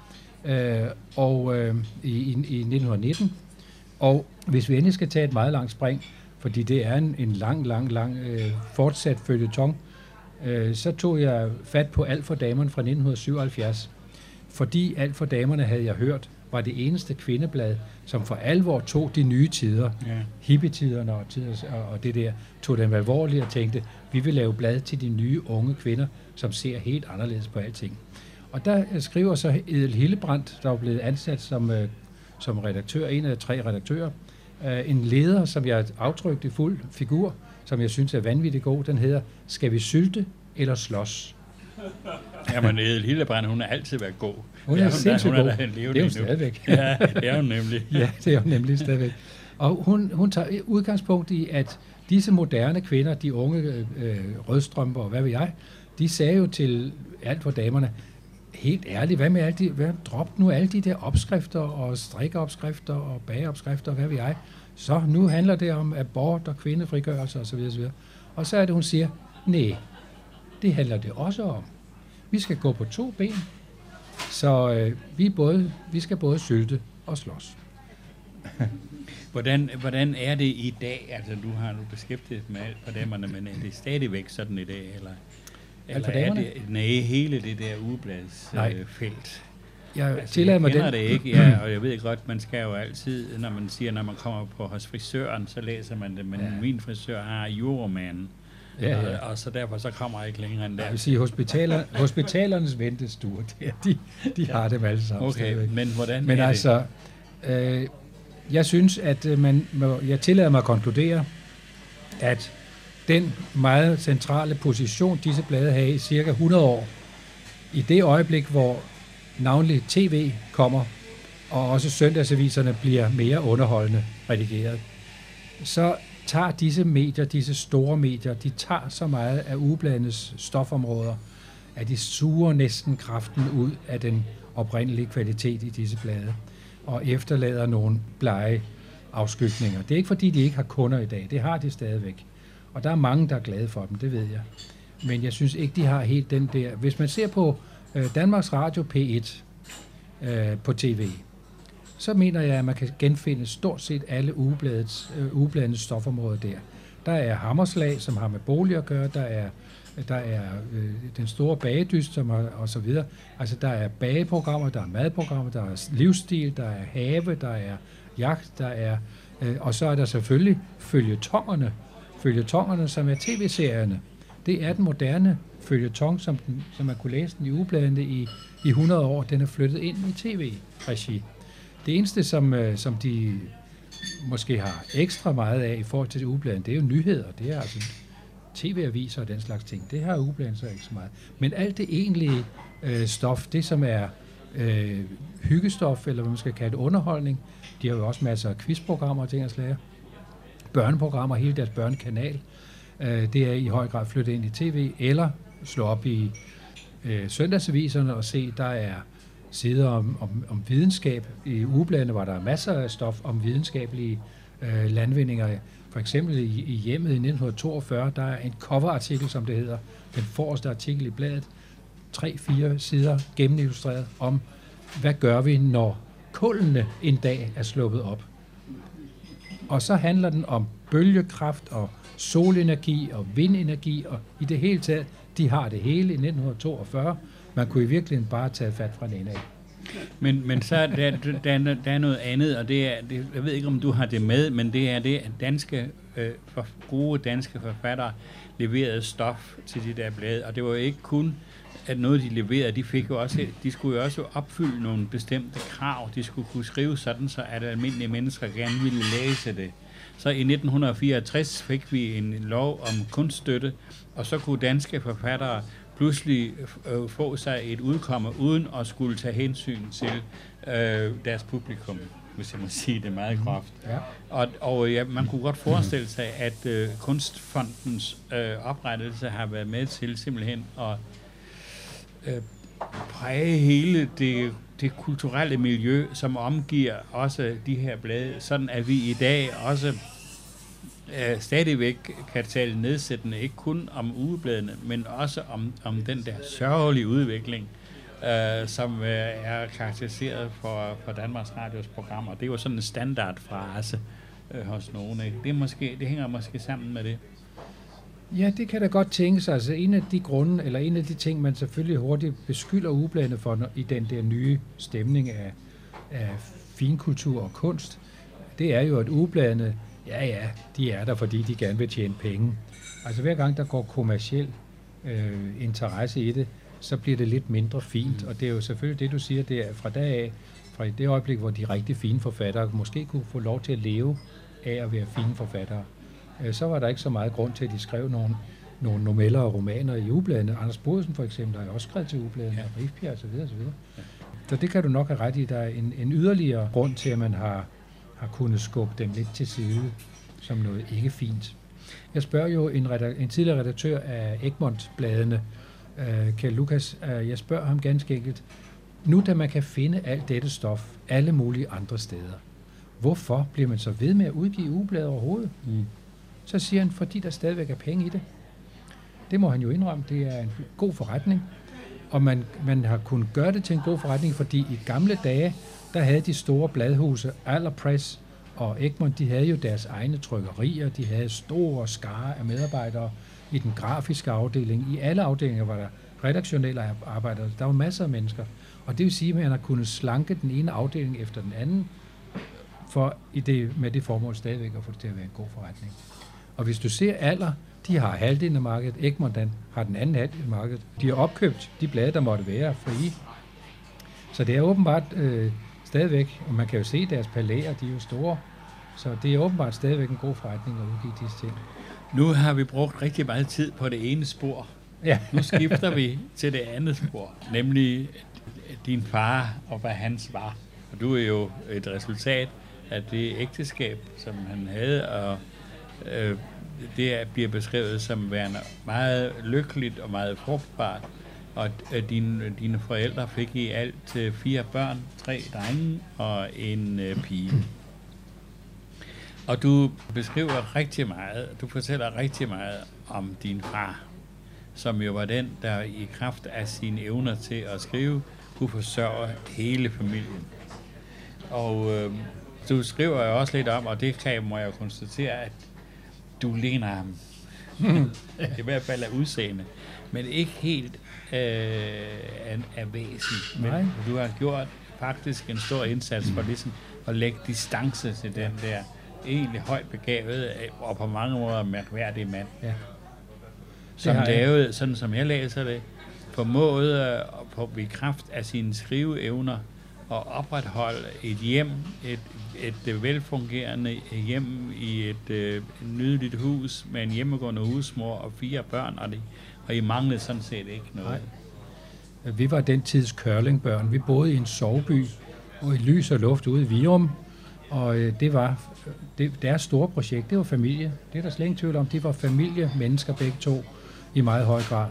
i 1919. Og hvis vi endelig skal tage et meget langt spring, fordi det er en lang fortsat føljeton, så tog jeg fat på Alt for damerne fra 1977. Fordi Alt for damerne, havde jeg hørt, var det eneste kvindeblad, som for alvor tog de nye tider, hippietiderne og det der, tog dem alvorligt og tænkte, vi vil lave blad til de nye unge kvinder, som ser helt anderledes på alting. Og der skriver så Edel Hildebrandt, der var blevet ansat som redaktør, en af 3 redaktører, en leder, som jeg aftrykte i fuld figur, som jeg synes er vanvittigt god, den hedder, Skal vi sylte eller slås? Jamen, Edel Hildebrandt, hun har altid været god. Hun er sindssygt god. Det er jo stadigvæk. Ja, det er hun nemlig. Ja, det er hun nemlig stadigvæk. Og hun tager udgangspunkt i, at disse moderne kvinder, de unge rødstrømper og hvad ved jeg, de sagde jo til Alt for damerne, helt ærligt, hvad med drop nu alle de der opskrifter og strikkeopskrifter og bageopskrifter og hvad ved jeg. Så nu handler det om abort og kvindefrigørelse osv. Og så er det, hun siger, nej, det handler det også om. Vi skal gå på 2 ben, så vi skal både sylte og slås. Hvordan er det i dag? Altså, du har nu beskæftiget med Alt for damerne, men er det stadigvæk sådan i dag? Eller er det hele det der ugebladsfelt? Jeg tillader mig det ikke, ja, og jeg ved godt, man skal jo altid, når man kommer på hos frisøren, så læser man det, men min frisør har jordmanden. Ja. Og så derfor så kommer jeg ikke længere end der. Jeg vil sige, hospitalernes ventestuer, de har dem alle sammen. Okay, stadigvæk. Men hvordan men er altså, jeg synes, at jeg tillader mig at konkludere, at den meget centrale position, disse blade har i cirka 100 år, i det øjeblik, hvor navnlig tv kommer, og også søndagsaviserne bliver mere underholdende redigeret, så tager disse medier, disse store medier, de tager så meget af ugebladenes stofområder, at de suger næsten kraften ud af den oprindelige kvalitet i disse blade, og efterlader nogle blege afskygninger. Det er ikke fordi, de ikke har kunder i dag. Det har de stadigvæk. Og der er mange, der er glade for dem, det ved jeg. Men jeg synes ikke, de har helt den der... Hvis man ser på Danmarks Radio P1 på tv, så mener jeg, at man kan genfinde stort set alle ugebladets stofområder der. Der er Hammerslag, som har med bolig at gøre. Der er den store bagedyst, som har, og så videre. Altså, der er bageprogrammer, der er madprogrammer, der er livsstil, der er have, der er jagt, der er... og så er der selvfølgelig føljetongerne, som er tv-serierne. Det er den moderne føljeton, som man kunne læse den i ugebladene i 100 år. Den er flyttet ind i tv-regi. Det eneste, som de måske har ekstra meget af i forhold til ugebladene, det er jo nyheder. Det er altså tv-aviser og den slags ting. Det har ugebladene så ikke så meget. Men alt det egentlige stof, det som er hyggestof, eller hvad man skal kalde underholdning, de har jo også masser af quizprogrammer og ting og slager. Børneprogrammer, hele deres børnekanal, det er i høj grad flyttet ind i tv, eller slå op i søndagsaviserne og se, der er sider om videnskab. I ugebladene var der masser af stof om videnskabelige landvindinger. For eksempel i Hjemmet i 1942, der er en coverartikel, som det hedder, den forreste artikel i bladet, 3-4 sider gennemillustreret om, hvad gør vi, når kullene en dag er sluppet op. Og så handler den om bølgekraft og solenergi og vindenergi, og i det hele taget, de har det hele i 1942. Man kunne i virkeligheden bare tage fat fra den ene af. Men så der er noget andet, og det er, jeg ved ikke, om du har det med, men det er det, at gode danske forfattere leverede stof til de der blade, og det var jo ikke kun, at noget de leverede, de skulle jo også opfylde nogle bestemte krav. De skulle kunne skrive sådan, så at almindelige mennesker gerne ville læse det. Så i 1964 fik vi en lov om kunststøtte, og så kunne danske forfattere pludselig få sig et udkomme, uden at skulle tage hensyn til deres publikum, hvis jeg må sige det meget groft. Ja. Og ja, man kunne godt forestille sig, at Kunstfondens oprettelse har været med til simpelthen at præge hele det kulturelle miljø, som omgiver også de her blade, sådan at vi i dag også stadigvæk kan tale nedsættende, ikke kun om ugebladene, men også om den der sørgelige udvikling, som er karakteriseret for Danmarks Radios programmer. Det er jo sådan en standardfrase hos nogen. Det hænger måske sammen med det. Ja, det kan da godt tænkes. Altså en af de ting, man selvfølgelig hurtigt beskylder ugebladene for i den der nye stemning af finkultur og kunst, det er jo, at ugebladene, de er der, fordi de gerne vil tjene penge. Altså hver gang der går kommerciel interesse i det, så bliver det lidt mindre fint, og det er jo selvfølgelig det, du siger, det er fra dag af, fra det øjeblik, hvor de rigtig fine forfattere måske kunne få lov til at leve af at være fine forfattere. Så var der ikke så meget grund til, at de skrev nogle noveller og romaner i ugebladene. Anders Bodesen for eksempel har jo også skrevet til ugebladene, og Rifbjerg og så videre. Ja. Så det kan du nok have ret i. Der er en yderligere grund til, at man har kunnet skubbe dem lidt til side som noget ikke fint. Jeg spørger jo en tidligere redaktør af Egmont-bladene, Kjeld Lukas, jeg spørger ham ganske enkelt, nu da man kan finde alt dette stof alle mulige andre steder, hvorfor bliver man så ved med at udgive ugeblade overhovedet? Så siger han, fordi der stadigvæk er penge i det. Det må han jo indrømme, det er en god forretning, og man har kunnet gøre det til en god forretning, fordi i gamle dage, der havde de store bladhuse, Aller Press og Egmont, de havde jo deres egne trykkerier, de havde store skare af medarbejdere i den grafiske afdeling. I alle afdelinger var der redaktionelle arbejdere, der var masser af mennesker. Og det vil sige, at man har kunnet slanke den ene afdeling efter den anden, med det formål stadigvæk at få det til at være en god forretning. Og hvis du ser Aller, de har halvdelen af markedet, Egmont har den anden halvdel af markedet. De har opkøbt de blade, der måtte være frie. Så det er åbenbart stadigvæk, og man kan jo se deres palæer, de er jo store, så det er åbenbart stadigvæk en god forretning at udgive disse ting. Nu har vi brugt rigtig meget tid på det ene spor. Ja. Nu skifter vi til det andet spor, nemlig din far og hvad hans var. Og du er jo et resultat af det ægteskab, som han havde, og det bliver beskrevet som værende meget lykkeligt og meget frugtbart. Og dine forældre fik i alt 4 børn, 3 drenge og en pige. Og du beskriver rigtig meget, du fortæller rigtig meget om din far, som jo var den, der i kraft af sine evner til at skrive, kunne forsørge hele familien. Og du skriver jo også lidt om, og det må jeg jo konstatere, at du ligner ham. I hvert fald af udseende, men ikke helt af væsen. Men du har gjort faktisk en stor indsats for ligesom at lægge distance til den der egentlig højt begavet og på mange måder mærkværdige mand. Ja. Som lavede, sådan som jeg læser det, formåede i kraft af sine skriveevner at opretholde et hjem, et velfungerende hjem i et nydeligt hus med en hjemmegående husmor og 4 børn, og I manglede sådan set ikke noget. Nej. Vi var den tids curlingbørn. Vi boede i en soveby og i lys og luft ude i Virum, og det var deres store projekt, det var familie. Det er der slet ingen tvivl om. De var familiemennesker begge to i meget høj grad.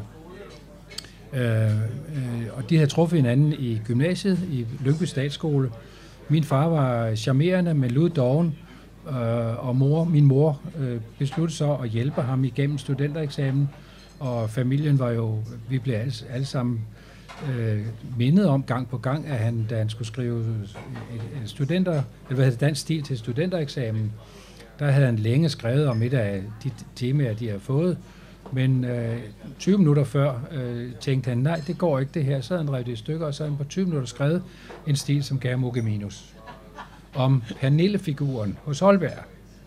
Og de havde truffet hinanden i gymnasiet i Lyngby Statsskole. Min far var charmerende, men luddoven, og min mor besluttede så at hjælpe ham igennem studentereksamen, og familien var jo, vi blev alle sammen mindet om gang på gang, at da han skulle skrive dansk stil til studentereksamen, der havde han længe skrevet om et af de temaer, de havde fået, men 20 minutter før tænkte han, nej, det går ikke det her. Så havde han revet det i stykker, og så havde han på 20 minutter skrevet en stil som gav Mogeminus om Pernille-figuren hos Holberg.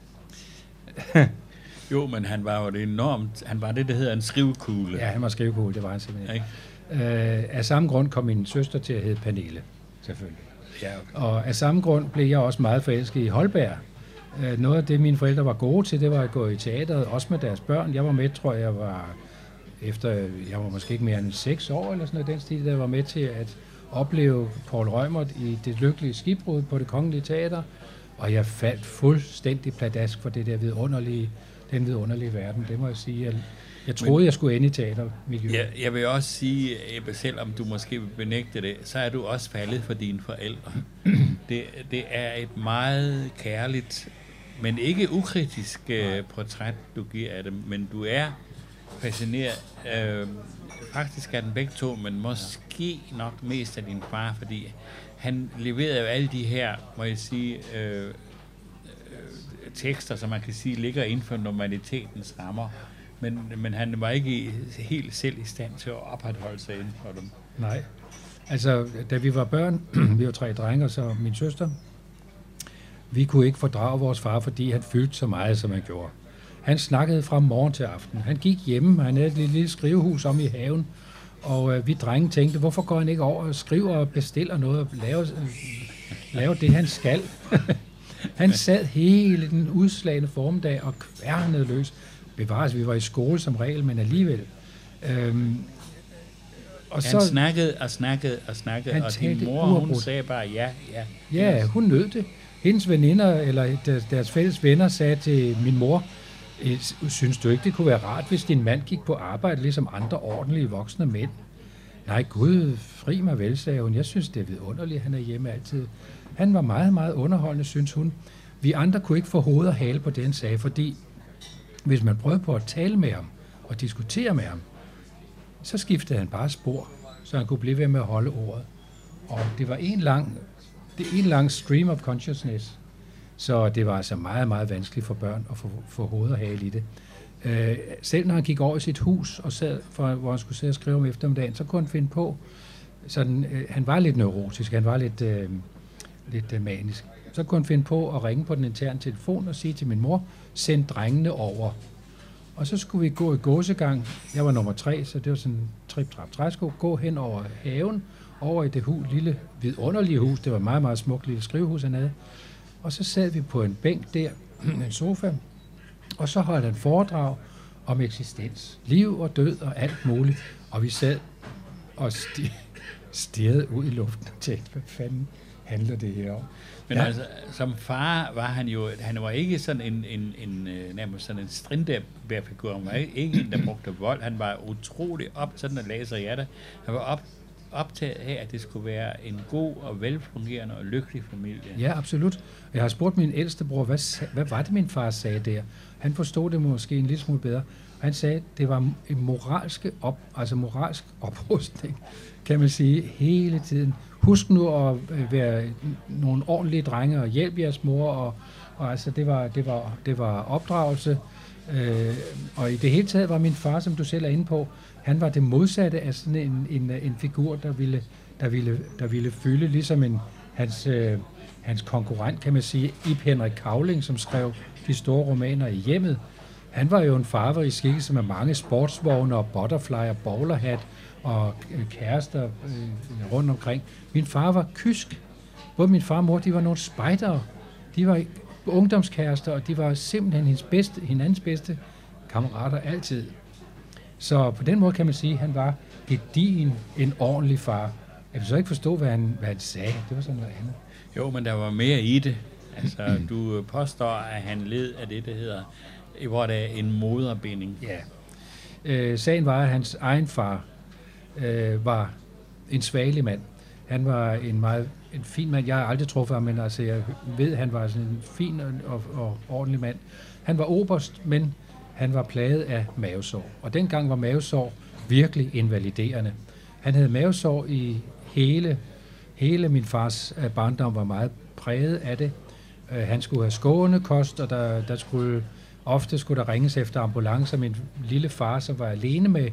Jo, men han var jo det enormt, han var det, der hedder en skrivekugle. Ja, han var skrivekugle, det var han simpelthen. Af samme grund kom min søster til at hedde Pernille, selvfølgelig. Ja, okay. Og af samme grund blev jeg også meget forelsket i Holberg. Noget af det, mine forældre var gode til, det var at gå i teateret, også med deres børn. Jeg var med, tror jeg var måske ikke mere end 6 år, eller sådan noget, den stil, der var med til at opleve Poul Reumert i Det Lykkelige Skibbrud på Det Kongelige Teater, og jeg faldt fuldstændig pladask for det der den vidunderlige verden, det må jeg sige. Jeg troede, jeg skulle ende i teatermiljøet. Ja, jeg vil også sige, Ebbe, selvom du måske vil benægte det, så er du også faldet for dine forældre. Det er et meget kærligt, men ikke ukritisk portræt, du giver af dem, men du er fascineret. Faktisk er den begge to, men måske nok mest af din far, fordi han leverede jo alle de her, må jeg sige, tekster, som man kan sige, ligger inden for normalitetens rammer. Men han var ikke helt selv i stand til at opretholde sig inden for dem. Nej. Altså, da vi var børn, vi var 3 drenge og så min søster, vi kunne ikke fordrage vores far, fordi han fyldte så meget, som han gjorde. Han snakkede fra morgen til aften. Han gik hjemme, han havde et lille skrivehus om i haven, og vi drenge tænkte, hvorfor går han ikke over og skriver og bestiller noget og laver det, han skal? Han sad hele den udslagne formiddag og kværnede løs. Bevares, vi var i skole som regel, men alligevel. Og han snakkede, og din mor, hun sagde bare ja. Ja, hun nød det. Hendes veninder, eller deres fælles venner, sagde til min mor, synes du ikke, det kunne være rart, hvis din mand gik på arbejde, ligesom andre ordentlige voksne mænd? Nej, Gud, fri mig vel, sagde hun. Jeg synes, det er vidunderligt, han er hjemme altid. Han var meget, meget underholdende, synes hun. Vi andre kunne ikke få hoved og hale på det, han sagde, fordi hvis man prøvede på at tale med ham og diskutere med ham, så skiftede han bare spor, så han kunne blive ved med at holde ordet. Og det var en lang stream of consciousness, så det var altså meget, meget vanskeligt for børn at få hoved og hale i det. Selv når han gik over i sit hus, og sad hvor han skulle sidde og skrive om eftermiddagen, så kunne han finde på, sådan, han var lidt neurotisk, han var lidt manisk. Så kunne han finde på at ringe på den interne telefon og sige til min mor, send drengene over. Og så skulle vi gå i gåsegang. Jeg var nummer 3, så det var sådan en trip-trap-træsko. Gå hen over haven, over i det lille vidunderlige hus. Det var et meget, meget smukt lille skrivehus, han havde. Og så sad vi på en bænk der, en sofa, og så holdt han foredrag om eksistens. Liv og død og alt muligt. Og vi sad og stirrede ud i luften og tænkte, hvad fanden handler det her om. Men altså, som far var han var ikke sådan en nærmest sådan en Strindberg-figur. Han var ikke en, der brugte vold. Han var utrolig sådan at læse i hjertet. Han var optaget af, at det skulle være en god og velfungerende og lykkelig familie. Ja, absolut. Jeg har spurgt min ældste bror, hvad var det, min far sagde der? Han forstod det måske en lille smule bedre. Han sagde, at det var en moralsk oprustning, kan man sige, hele tiden. Husk nu at være nogle ordentlige drenge og hjælp jeres mor, og altså det var opdragelse. Og i det hele taget var min far, som du selv er inde på, han var det modsatte af sådan en figur, der ville fylde, ligesom hans konkurrent, kan man sige, Ib Henrik Cavling, som skrev de store romaner i hjemmet. Han var jo en farverig skikkelse med mange sportsvogne og butterfly og bowlerhat og kærester rundt omkring. Min far var kysk. Både min far og mor, de var nogle spejdere. De var ungdomskærester, og de var simpelthen hinandens bedste kammerater altid. Så på den måde kan man sige, at han var gedigen, en ordentlig far. Jeg vil så ikke forstå, hvad han sagde. Det var sådan noget andet. Jo, men der var mere i det. Altså, du påstår, at han led af det, der hedder, hvor der er en moderbinding. Ja. Sagen var, at hans egen far var en svagelig mand. Han var en fin mand. Jeg har aldrig truffet ham, men altså, jeg ved, at han var sådan en fin og ordentlig mand. Han var oberst, men han var plaget af mavesår. Og dengang var mavesår virkelig invaliderende. Han havde mavesår i hele min fars barndom, var meget præget af det. Han skulle have skånekost, og ofte skulle der ringes efter ambulancer. Min lille far, som var alene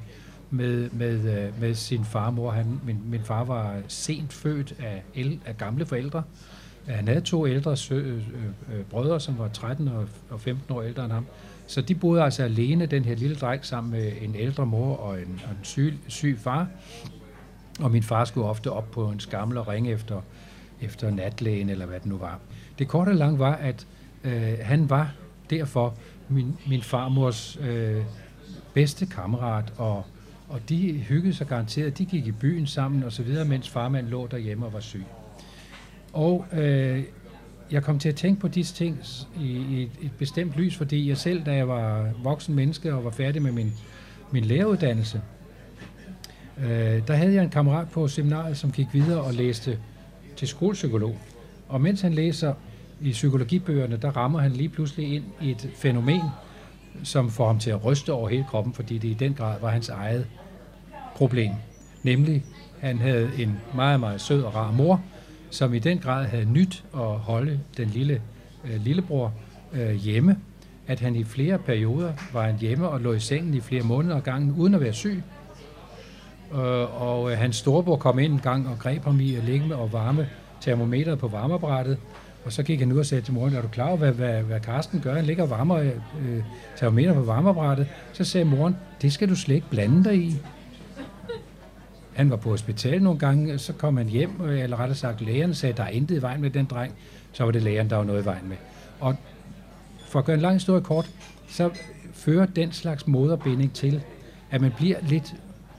med sin far og mor. Min far var sent født af gamle forældre. Han havde 2 ældre brødre, som var 13 og 15 år ældre end ham. Så de boede altså alene, den her lille dreng, sammen med en ældre mor og en syg far. Og min far skulle ofte op på en skammel og ringe efter natlægen, eller hvad det nu var. Det korte og lange var, at han var derfor min farmors bedste kammerat, og de hyggede sig garanteret. De gik i byen sammen og så videre, mens farmand lå derhjemme og var syg. Og jeg kom til at tænke på disse ting i et bestemt lys, fordi jeg selv, da jeg var voksen menneske og var færdig med min læreruddannelse, der havde jeg en kammerat på seminariet, som gik videre og læste til skolepsykolog. Og mens han læser i psykologibøgerne, der rammer han lige pludselig ind i et fænomen, som får ham til at ryste over hele kroppen, fordi det i den grad var hans eget problem. Nemlig, han havde en meget, meget sød og rar mor, som i den grad havde nyt at holde den lillebror hjemme, at han i flere perioder var hjemme og lå i sengen i flere måneder ad gangen, uden at være syg. Og hans storebror kom ind en gang og greb ham i at ligge med og varme termometeret på varmeapparatet, og så gik han ud og sagde til moren, er du klar over, hvad Karsten gør? Han ligger og varmer termometer på varmeapparatet. Så sagde moren, det skal du slet ikke blande dig i. Han var på hospital nogle gange, så kom han hjem, eller rettere sagt lægerne sagde, der er intet i vejen med den dreng. Så var det lægeren, der var noget i vejen med. Og for at gøre en lang historie kort, så fører den slags moderbinding til, at man bliver lidt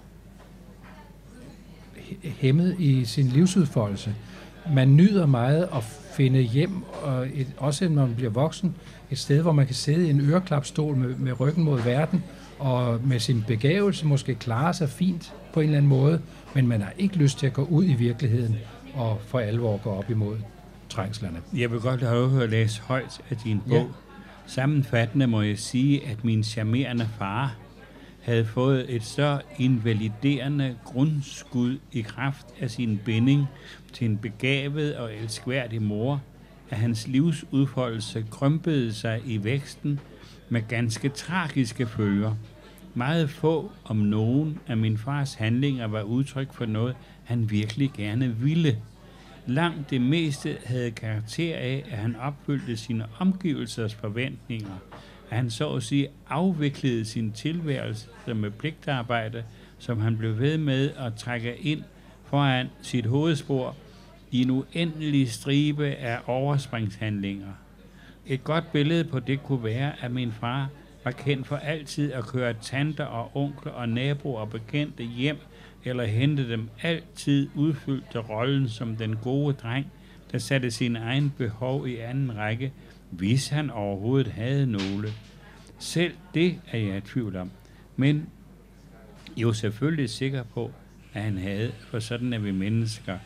hæmmet i sin livsudfoldelse. Man nyder meget at finde hjem, og også når man bliver voksen, et sted, hvor man kan sidde i en øreklapstol med ryggen mod verden, og med sin begævelse måske klare sig fint på en eller anden måde, men man har ikke lyst til at gå ud i virkeligheden og for alvor gå op imod trængslerne. Jeg vil godt have lov at læse højt af din bog. Ja. Sammenfattende må jeg sige, at min charmerende far havde fået et så invaliderende grundskud i kraft af sin binding til en begavet og elskværdig mor, at hans livsudfoldelse krympede sig i væksten med ganske tragiske følger. Meget få, om nogen, af min fars handlinger var udtryk for noget, han virkelig gerne ville. Langt det meste havde karakter af, at han opfyldte sine omgivelsers forventninger, at han så at sige afviklede sin tilværelse med pligtarbejde, som han blev ved med at trække ind foran sit hovedspor i en uendelig stribe af overspringshandlinger. Et godt billede på det kunne være, at min far var kendt for altid at køre tanter og onkler og naboer og bekendte hjem, eller hente dem altid udfyldte rollen som den gode dreng, der satte sine egne behov i anden række, hvis han overhovedet havde nogle. Selv det er jeg i tvivl om. Men jo selvfølgelig sikker på, at han havde, for sådan er vi mennesker.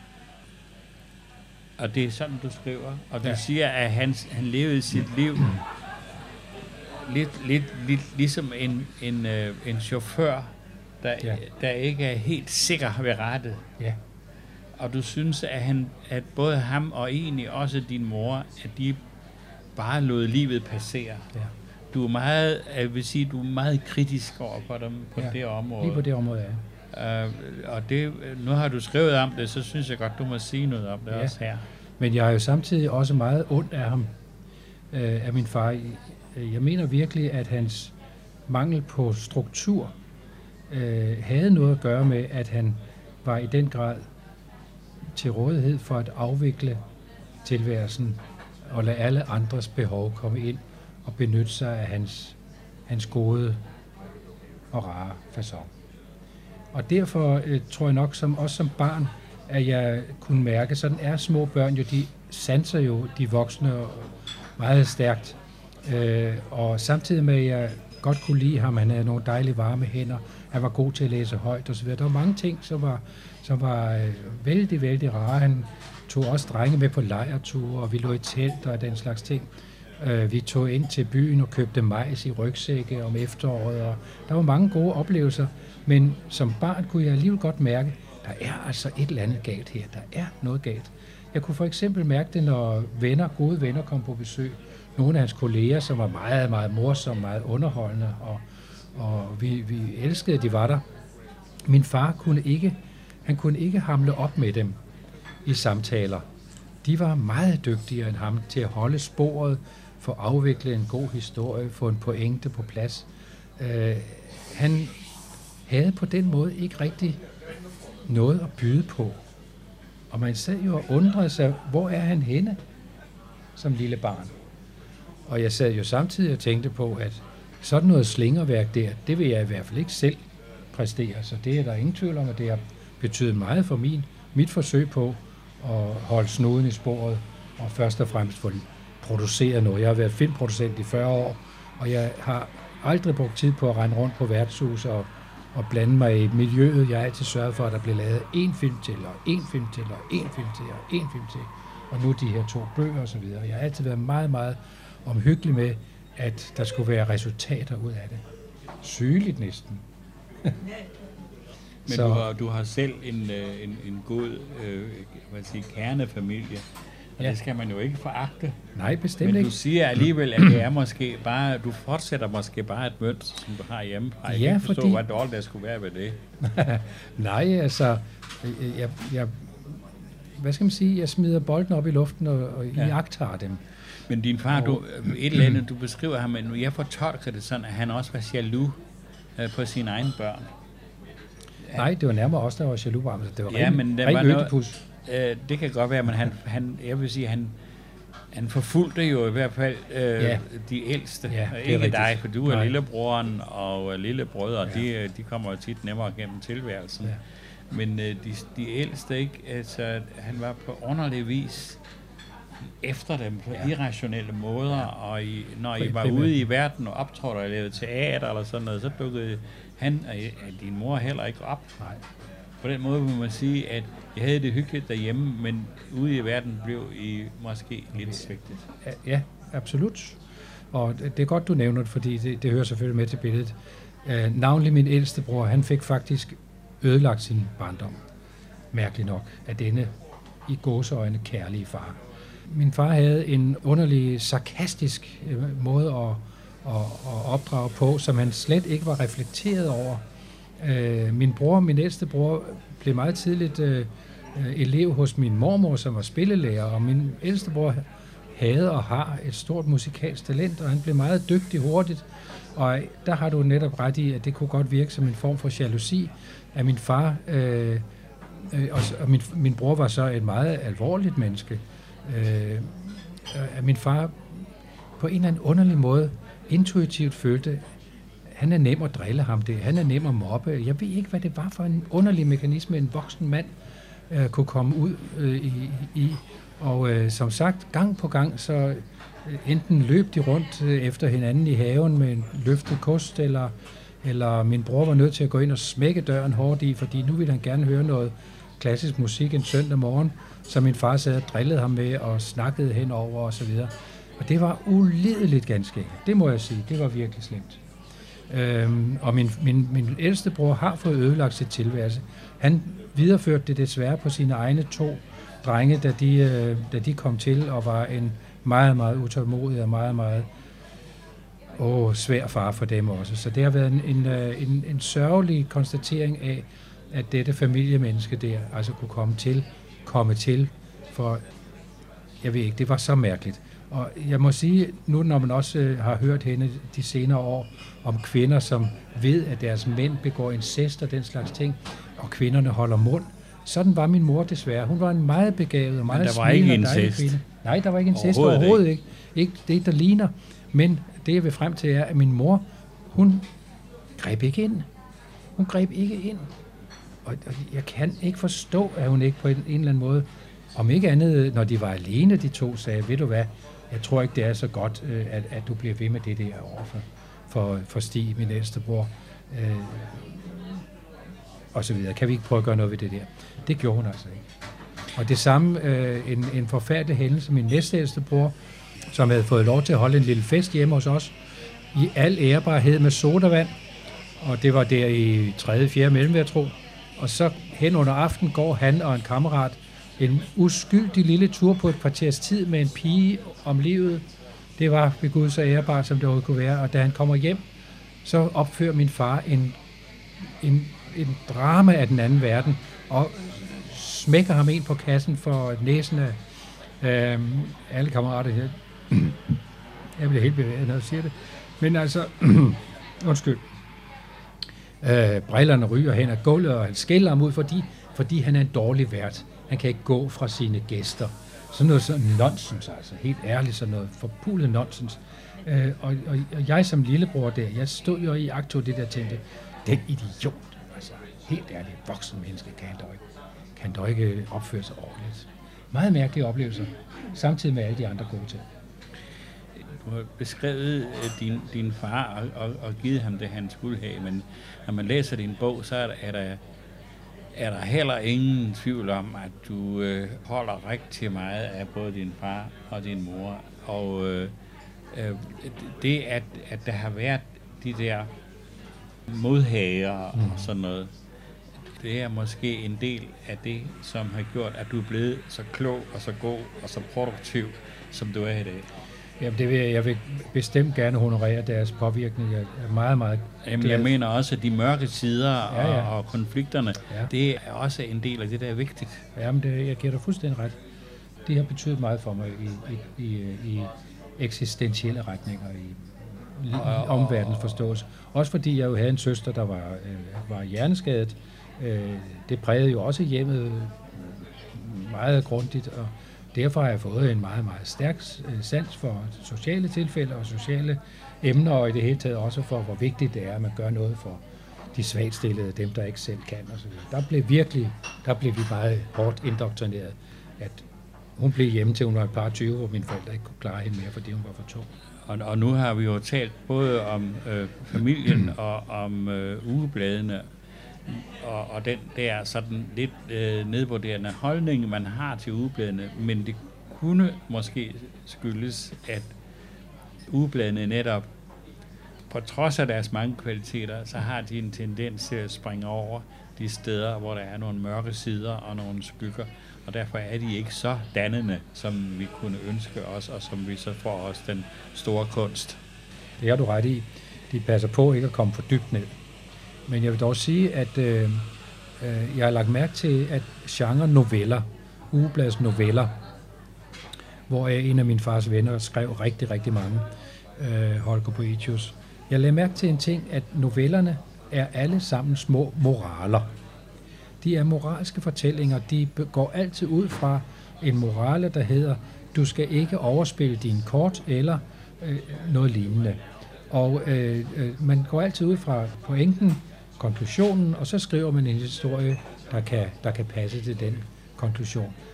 Og det er sådan, du skriver. Og du siger, at han levede sit liv lidt ligesom en chauffør, der ikke er helt sikker ved rettet. Ja. Og du synes, at både ham og egentlig også din mor, at de bare lod livet passere. Ja. Du er meget, jeg vil sige, du er meget kritisk over for dem på det område. Lige på det område, ja. Og det, nu har du skrevet om det, så synes jeg godt, du må sige noget om det også her. Men jeg er jo samtidig også meget ondt af ham, af min far. Jeg mener virkelig, at hans mangel på struktur havde noget at gøre med, at han var i den grad til rådighed for at afvikle tilværelsen og lade alle andres behov komme ind og benytte sig af hans gode og rare facon. Og derfor tror jeg nok, også som barn, at jeg kunne mærke, sådan er små børn jo, de sanser jo de voksne meget stærkt. Og samtidig med, at jeg godt kunne lide ham, han havde nogle dejlige varme hænder, han var god til at læse højt osv. Der var mange ting, som var vældig, vældig rare. Han tog også drenge med på lejrture, og vi lå i telt og den slags ting. Vi tog ind til byen og købte majs i rygsække om efteråret, og der var mange gode oplevelser, men som barn kunne jeg alligevel godt mærke, der er altså et eller andet galt her. Der er noget galt. Jeg kunne for eksempel mærke det, når gode venner kom på besøg. Nogle af hans kolleger, som var meget, meget morsomme, meget underholdende, og vi elskede, at de var der. Min far kunne ikke hamle op med dem i samtaler. De var meget dygtigere end ham til at holde sporet, få afviklet en god historie, få en pointe på plads. Han havde på den måde ikke rigtig noget at byde på. Og man sad jo og undrede sig, hvor er han henne som lille barn? Og jeg sad jo samtidig og tænkte på, at sådan noget slingerværk der, det vil jeg i hvert fald ikke selv præstere. Så det er der ingen tvivl om, at det har betydet meget for mit forsøg på at holde snuden i sporet, og først og fremmest få produceret noget. Jeg har været filmproducent i 40 år, og jeg har aldrig brugt tid på at rende rundt på værtshus og blande mig i miljøet. Jeg har altid sørget for, at der blev lavet én film til, og én film til, og én film til, og én film til. Og nu de her 2 bøger og så videre. Jeg har altid været meget, meget omhyggelig med, at der skulle være resultater ud af det. Sygeligt næsten. Men du har selv en god kernefamilie, og det skal man jo ikke foragte. Nej, bestemt ikke. Men ikke. Du siger alligevel, at det er måske bare, du fortsætter måske bare et mønster, som du har hjemmefra. Jeg kan ikke forstå, hvor dårligt der skulle være ved det. Nej, altså, hvad skal man sige, jeg smider bolden op i luften og iagttager dem. Men din far, et eller andet, du beskriver ham, men jeg fortolker det sådan, at han også var jaloux på sine egne børn. Nej, det var nærmere os, der var jaloux på ham. Det var rent ødipus. Det kan godt være, men jeg vil sige, han forfulgte jo i hvert fald de ældste. Ja, ikke dig, for du er lillebroren og lillebrødre, de kommer jo tit nemmere gennem tilværelsen. Ja. Men de ældste, ikke? Altså, han var på underlig vis efter dem på irrationelle måder, og når I var ude i verden og optrådte og lavede teater eller sådan noget, så dukkede han og din mor heller ikke op. Nej. På den måde vil man sige, at jeg havde det hyggeligt derhjemme, men ude i verden blev I måske lidt svigtet. Ja, absolut. Og det er godt, du nævner det, fordi det hører selvfølgelig med til billedet. Navnlig min ældste bror, han fik faktisk ødelagt sin barndom. Mærkeligt nok, af denne i gåseøjne kærlige far. Min far havde en underlig sarkastisk måde at opdrage på, som han slet ikke var reflekteret over. Min ældste bror, blev meget tidligt elev hos min mormor, som var spillelærer, og min ældste bror havde og har et stort musikalsk talent, og han blev meget dygtig hurtigt. Og der har du netop ret i, at det kunne godt virke som en form for jalousi, at min far og min bror var så et meget alvorligt menneske. At min far på en eller anden underlig måde intuitivt følte, han er nem at drille ham det, han er nem at mobbe. Jeg ved ikke, hvad det var for en underlig mekanisme, en voksen mand kunne komme ud i Og som sagt, gang på gang, så enten løb de rundt efter hinanden i haven med en løftet kost, eller min bror var nødt til at gå ind og smække døren hårdt i, fordi nu ville han gerne høre noget klassisk musik en søndag morgen, som min far sad og drillede ham med og snakkede henover og så videre. Og det var ulideligt ganske enkelt. Det må jeg sige. Det var virkelig slemt. Og min ældste bror har fået ødelagt sit tilværelse. Han videreførte det desværre på sine egne 2 drenge, da de kom til og var en meget, meget utålmodig og meget, meget svær far for dem også. Så det har været en sørgelig konstatering af, at dette familiemenneske der altså kunne komme til, for jeg ved ikke, det var så mærkeligt. Og jeg må sige, nu når man også har hørt hende de senere år om kvinder, som ved, at deres mænd begår incest og den slags ting, og kvinderne holder mund, sådan var min mor desværre. Hun var en meget begavet og meget smilende og dejlig kvinde. Nej, der var ikke incest overhovedet ikke. Ikke det, der ligner. Men det, jeg vil frem til, er, at min mor, hun greb ikke ind. Hun greb ikke ind. Og jeg kan ikke forstå, at hun ikke på en eller anden måde, om ikke andet, når de var alene, de 2, sagde, ved du hvad, jeg tror ikke, det er så godt, at du bliver ved med det der overfor for Stig, min ældste bror, og så videre. Kan vi ikke prøve at gøre noget ved det der? Det gjorde hun altså ikke. Og det samme, en forfærdelig hændelse, min næstældste bror, som havde fået lov til at holde en lille fest hjemme hos os, i al ærbarhed med sodavand, og det var der i 3. 4. mellemværtro, og så hen under aften går han og en kammerat en uskyldig lille tur på et kvarters tid med en pige om livet. Det var ved Gud så ærebart, som det overhovedet kunne være, og da han kommer hjem, så opfører min far en drama af den anden verden, og smækker ham ind på kassen for næsen af alle kammerater her. Jeg bliver helt bevæget, når jeg siger det. Men altså, undskyld. Brillerne ryger hen ad gulvet, og han skælder ham ud, fordi han er en dårlig vært. Han kan ikke gå fra sine gæster. Sådan noget nonsens, altså. Helt ærligt, sådan noget forpulet nonsens. Og jeg som lillebror der, jeg stod jo i akto det der tænkte, den idiot, altså helt ærligt, voksen menneske kan dog ikke opføre sig ordentligt. Meget mærkelige oplevelser, samtidig med alle de andre gode ting. Du har beskrevet din far og givet ham det, han skulle have, men når man læser din bog, så er der heller ingen tvivl om, at du holder rigtig meget af både din far og din mor. Og det, at der har været de der modhager og sådan noget, det er måske en del af det, som har gjort, at du er blevet så klog og så god og så produktiv, som du er i dag. Jamen, jeg vil bestemt gerne honorere deres påvirkning. Jeg er meget, meget glad. Jeg mener også, at de mørke sider og konflikterne, det er også en del af det, der er vigtigt. Jamen, jeg giver dig fuldstændig ret. Det har betydet meget for mig i eksistentielle retninger, i omverdens forståelse. Også fordi jeg jo havde en søster, der var hjerneskadet. Det prægede jo også hjemmet meget grundigt, og derfor har jeg fået en meget, meget stærk sans for sociale tilfælde og sociale emner, og i det hele taget også for, hvor vigtigt det er, at man gør noget for de svagtstillede, dem der ikke selv kan osv. Der blev vi meget hårdt indoktrineret, at hun blev hjemme til hun var et par 20, hvor mine forældre ikke kunne klare hende mere, fordi hun var for tung. Og nu har vi jo talt både om familien og om ugebladene, og den der sådan lidt nedvurderende holdning, man har til ugebladene, men det kunne måske skyldes, at ugebladene netop, på trods af deres mange kvaliteter, så har de en tendens til at springe over de steder, hvor der er nogle mørke sider og nogle skygger, og derfor er de ikke så dannende, som vi kunne ønske os, og som vi så får os den store kunst. Det har du ret i. De passer på ikke at komme for dybt ned. Men jeg vil dog sige, at jeg har lagt mærke til, at genre noveller, ugeblads noveller, hvor en af min fars venner skrev rigtig, rigtig mange, Holger Boetius. Jeg lagde mærke til en ting, at novellerne er alle sammen små moraler. De er moralske fortællinger, de går altid ud fra en morale, der hedder, du skal ikke overspille dine kort eller noget lignende. Og man går altid ud fra pointen, konklusionen, og så skriver man en historie, der kan passe til den konklusion.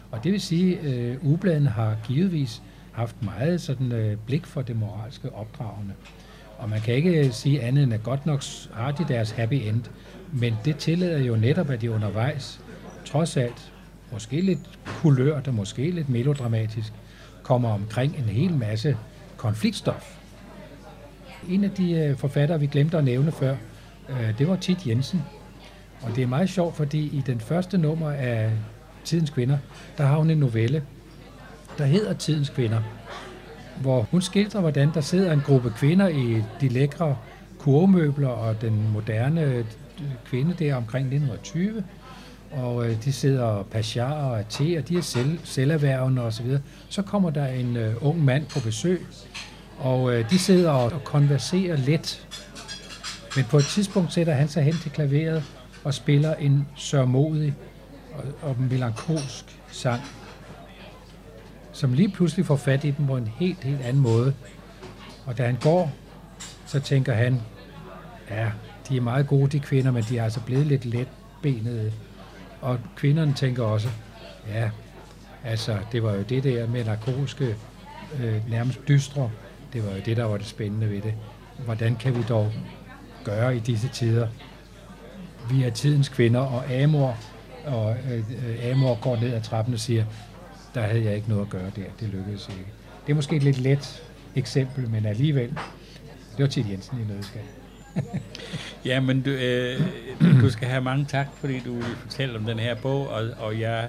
Og det vil sige, at ugebladene har givetvis haft meget sådan blik for det moralske opdragende. Og man kan ikke sige andet end, at godt nok har de deres happy end, men det tillader jo netop, at de undervejs, trods alt, måske lidt kulørt og måske lidt melodramatisk, kommer omkring en hel masse konfliktstof. En af de forfattere, vi glemte at nævne før, det var Thit Jensen. Og det er meget sjovt, fordi i den første nummer af Tidens Kvinder, der har hun en novelle, der hedder Tidens Kvinder, hvor hun skildrer, hvordan der sidder en gruppe kvinder i de lækre kurvemøbler og den moderne kvinde der omkring 1920, og de sidder pachar og te, og de er selverhvervende osv. Så kommer der en ung mand på besøg, og de sidder og konverserer let. Men på et tidspunkt sætter han sig hen til klaveret og spiller en sørgmodig og melankolsk sang, som lige pludselig får fat i dem på en helt anden måde. Og da han går, så tænker han, ja, de er meget gode, de kvinder, men de er altså blevet lidt letbenede. Og kvinderne tænker også, ja, altså, det var jo det der melankolske, nærmest dystre, det var jo det, der var det spændende ved det. Hvordan kan vi dog gøre i disse tider? Vi er tidens kvinder, og Amor går ned ad trappen og siger, der havde jeg ikke noget at gøre der, det lykkedes ikke. Det er måske et lidt let eksempel, men alligevel, det var Thit Jensen i nødskal. Ja, men du skal have mange tak, fordi du fortæller om den her bog, og jeg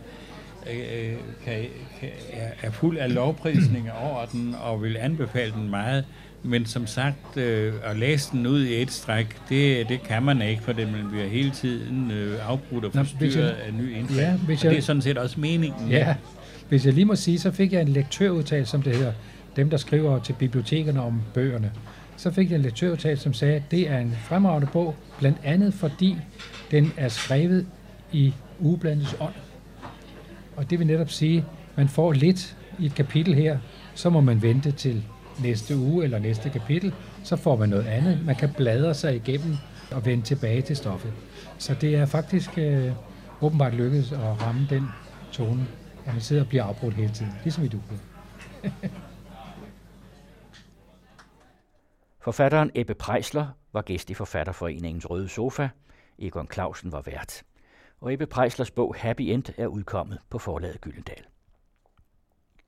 er fuld af lovprisninger over den, og vil anbefale den meget. Men som sagt, at læse den ud i et stræk, det kan man ikke, for man bliver hele tiden afbrudt og forstyrret af ny indfald. Ja, og det er sådan set også meningen. Ja, hvis jeg lige må sige, så fik jeg en lektørudtalelse, som det hedder, dem der skriver til bibliotekerne om bøgerne. Så fik jeg en lektørudtalelse, som sagde, at det er en fremragende bog, blandt andet fordi den er skrevet i ugebladets ånd. Og det vil netop sige, man får lidt i et kapitel her, så må man vente til næste uge eller næste kapitel, så får man noget andet. Man kan bladre sig igennem og vende tilbage til stoffet. Så det er faktisk åbenbart lykkedes at ramme den tone, at man sidder og bliver afbrudt hele tiden, ligesom i Duplo. Forfatteren Ebbe Preisler var gæst i Forfatterforeningens Røde Sofa. Egon Clausen var vært. Og Ebbe Preislers bog Happy End er udkommet på forlaget Gyldendal.